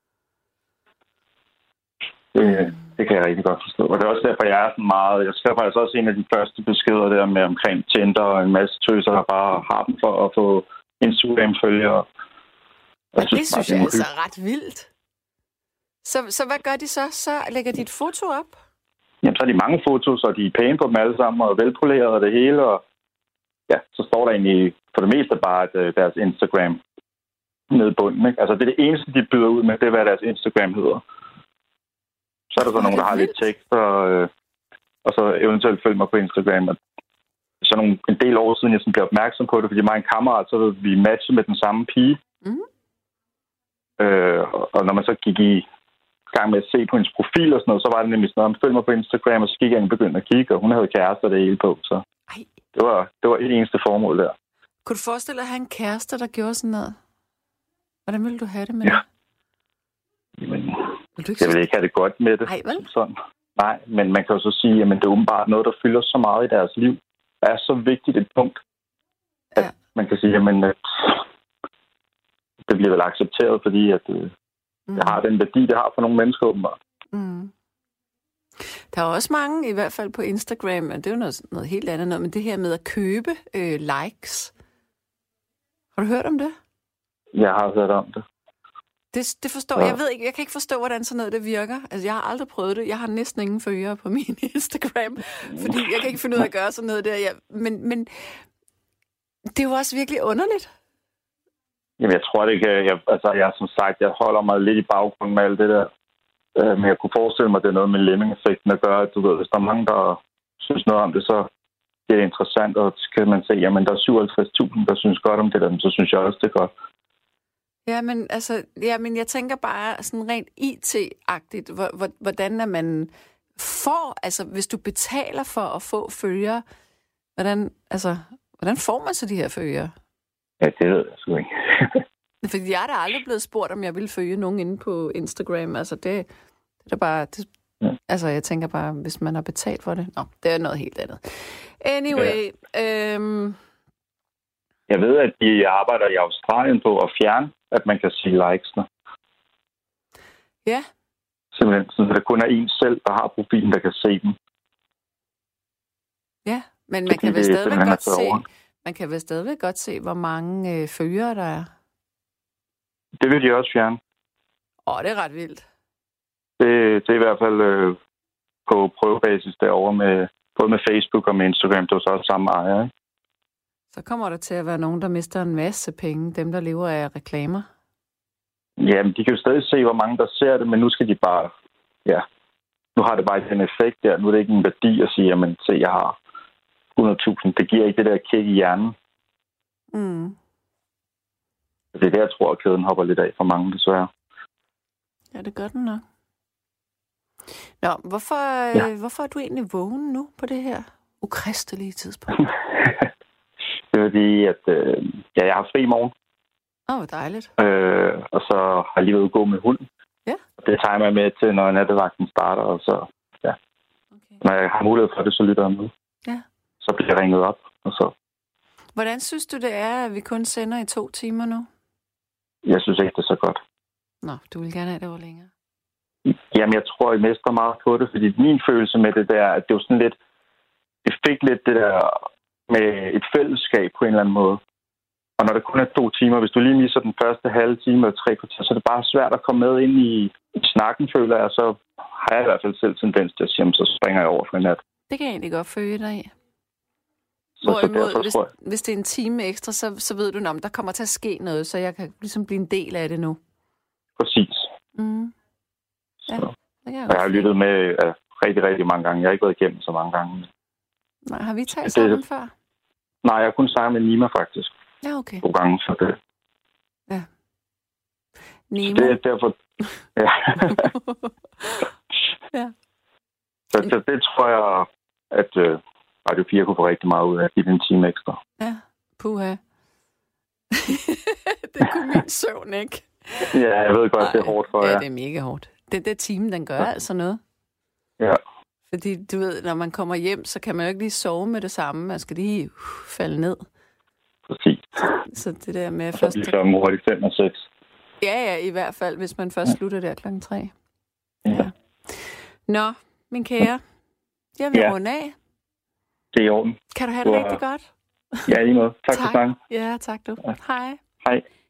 Det, det kan jeg rigtig godt forstå. Og det er også derfor, jeg er sådan meget... Jeg skrev faktisk også en af de første beskeder der med omkring Tinder og en masse tøser, der bare har dem for at få Instagram-følgere. Ja, det synes, synes jeg altså er ret vildt. Så, så hvad gør de så? Så lægger de et foto op? Jamen, så er de mange fotos, og de er pæne på dem alle sammen, og velpolerede og det hele, og ja, så står der egentlig for det meste bare at deres Instagram nede i bunden, ikke? Altså, det er det eneste, de byder ud med, det er, hvad deres Instagram hedder. Så er der så nogen, der har lidt tekst, og, øh, og så eventuelt følger mig på Instagram. Og så nogle, en del år siden, jeg sådan blev opmærksom på det, fordi mig og en kammerat, så vi matchet med den samme pige. Mm. Øh, og når man så gik i gang med at se på hendes profil og sådan noget, så var det nemlig sådan noget, følg mig på Instagram, og så gik jeg og begyndte at kigge, og hun havde kæreste og det hele på, så Ej. det var, det var et eneste formål der. Kunne du forestille dig at have en kæreste, der gjorde sådan noget? Hvordan ville du have det med ja. det? Jamen, vil du ikke jeg vil ikke have det godt med det. Ej, vel? Sådan. Nej, men man kan jo så sige, at det er åbenbart noget, der fylder så meget i deres liv. Det er så vigtigt et punkt, at ja. man kan sige, jamen, at det bliver vel accepteret, fordi at det, mm. det har den værdi, det har for nogle mennesker åbenbart. Mm. Der er også mange, i hvert fald på Instagram, og det er jo noget, noget helt andet, noget, men det her med at købe øh, likes. Har du hørt om det? Jeg har hørt om det. Det, det forstår ja. jeg. ved ikke, jeg kan ikke forstå, hvordan sådan noget det virker. Altså, jeg har aldrig prøvet det. Jeg har næsten ingen følgere på min Instagram, fordi jeg kan ikke finde ud af at gøre sådan noget der. Jeg, men, men det er jo også virkelig underligt. Jamen, jeg tror det ikke. Jeg, altså, jeg som sagt, jeg holder mig lidt i baggrunden med alt det der. Men jeg kunne forestille mig, at det er noget med lemming-effekten at gøre. Du ved, hvis der er mange, der synes noget om det, så det er interessant, og så kan man se, jamen, der er syvoghalvtreds tusind, der synes godt om det der, så synes jeg også, det er godt. Ja, men altså, ja, men jeg tænker bare sådan rent I T-agtigt, hvordan er man får, altså hvis du betaler for at få følgere, hvordan, altså, hvordan får man så de her følgere? Ja, det ved jeg sgu ikke. Fordi jeg er da aldrig blevet spurgt, om jeg ville følge nogen inde på Instagram, altså det, det er bare, det, ja. altså jeg tænker bare, hvis man har betalt for det, nå, det er noget helt andet. Anyway, ja. øhm, Jeg ved, at de arbejder i Australien på at fjerne, at man kan sige likesene. Ja. Simpelthen, så der kun er en selv, der har profilen, der kan se dem. Ja, men man kan, vel stadigvæk godt se, man kan vel stadigvæk godt se, hvor mange øh, følgere der er. Det vil de også fjerne. Åh, det er ret vildt. Det, det er i hvert fald øh, på prøvebasis derovre, med, både med Facebook og med Instagram. Det er så også samme ejer, ikke? Så kommer der til at være nogen, der mister en masse penge, dem der lever af reklamer. Jamen, de kan jo stadig se, hvor mange der ser det, men nu skal de bare, ja, nu har det bare ikke en effekt der. Nu er det ikke en værdi at sige, jamen, se, jeg har hundrede tusind. Det giver ikke det der kick i hjernen. Mm. Det er der, jeg tror, at kæden hopper lidt af for mange, desværre. Ja, det gør den nok. Nå, hvorfor, ja. øh, hvorfor er du egentlig vågen nu på det her ukristelige tidspunkt? Det er fordi, at øh, ja, jeg har fri i morgen. Åh, oh, hvor dejligt. Øh, og så har jeg lige været gå med hunden. Ja. Det tager jeg med til, når nattevagten starter, og så, ja. Okay. Når jeg har mulighed for det, så lytter jeg med. Ja. Så bliver jeg ringet op, og så... Hvordan synes du, det er, at vi kun sender i to timer nu? Jeg synes ikke, det er så godt. Nå, du vil gerne have det over længere. Jamen, jeg tror, jeg mestrer meget på det, fordi min følelse med det der, at det var sådan lidt... Det fik lidt det der med et fællesskab på en eller anden måde. Og når det kun er to timer, hvis du lige misser den første halve time eller tre kvarter, så er det bare svært at komme med ind i, i snakken, føler jeg. Så har jeg i hvert fald selv tendens til at sige, så springer jeg over for en nat. Det kan jeg egentlig godt følge dig i. Så, Hvorimod, så hvis, hvis det er en time ekstra, så, så ved du, om der kommer til at ske noget, så jeg kan ligesom blive en del af det nu. Præcis. Mm. Ja, så. Det kan jeg, og jeg har lyttet med uh, rigtig, rigtig mange gange. Jeg har ikke været igennem så mange gange. Nej, har vi talt sammen det, før? Nej, jeg har kun sagt med Nima, faktisk. Ja, okay. To gange, så det... Ja. Nima? Det er derfor... Ja. ja. Så, så det tror jeg, at uh, Radio fire kunne få rigtig meget ud af at give den en time ekstra. Ja, puha. Det kunne min søvn ikke. Ja, jeg ved godt, Ej, det er hårdt for jer. Ja, det er mega hårdt. Den der time, den gør ja. altså noget. Ja. Fordi du ved, når man kommer hjem, så kan man jo ikke lige sove med det samme. Man skal lige uh, falde ned. Præcis. Så det der med så først... Så bliver det hurtigt fem og seks. Ja, ja, i hvert fald, hvis man først ja. slutter der klokken tre. Ja. ja. Nå, min kære. Jeg vil ja. runde af. Det er i orden. Kan du have det du rigtig har... godt? Ja, i måde. Tak, tak for snakken. Ja, tak du. Ja. Hej. Hej.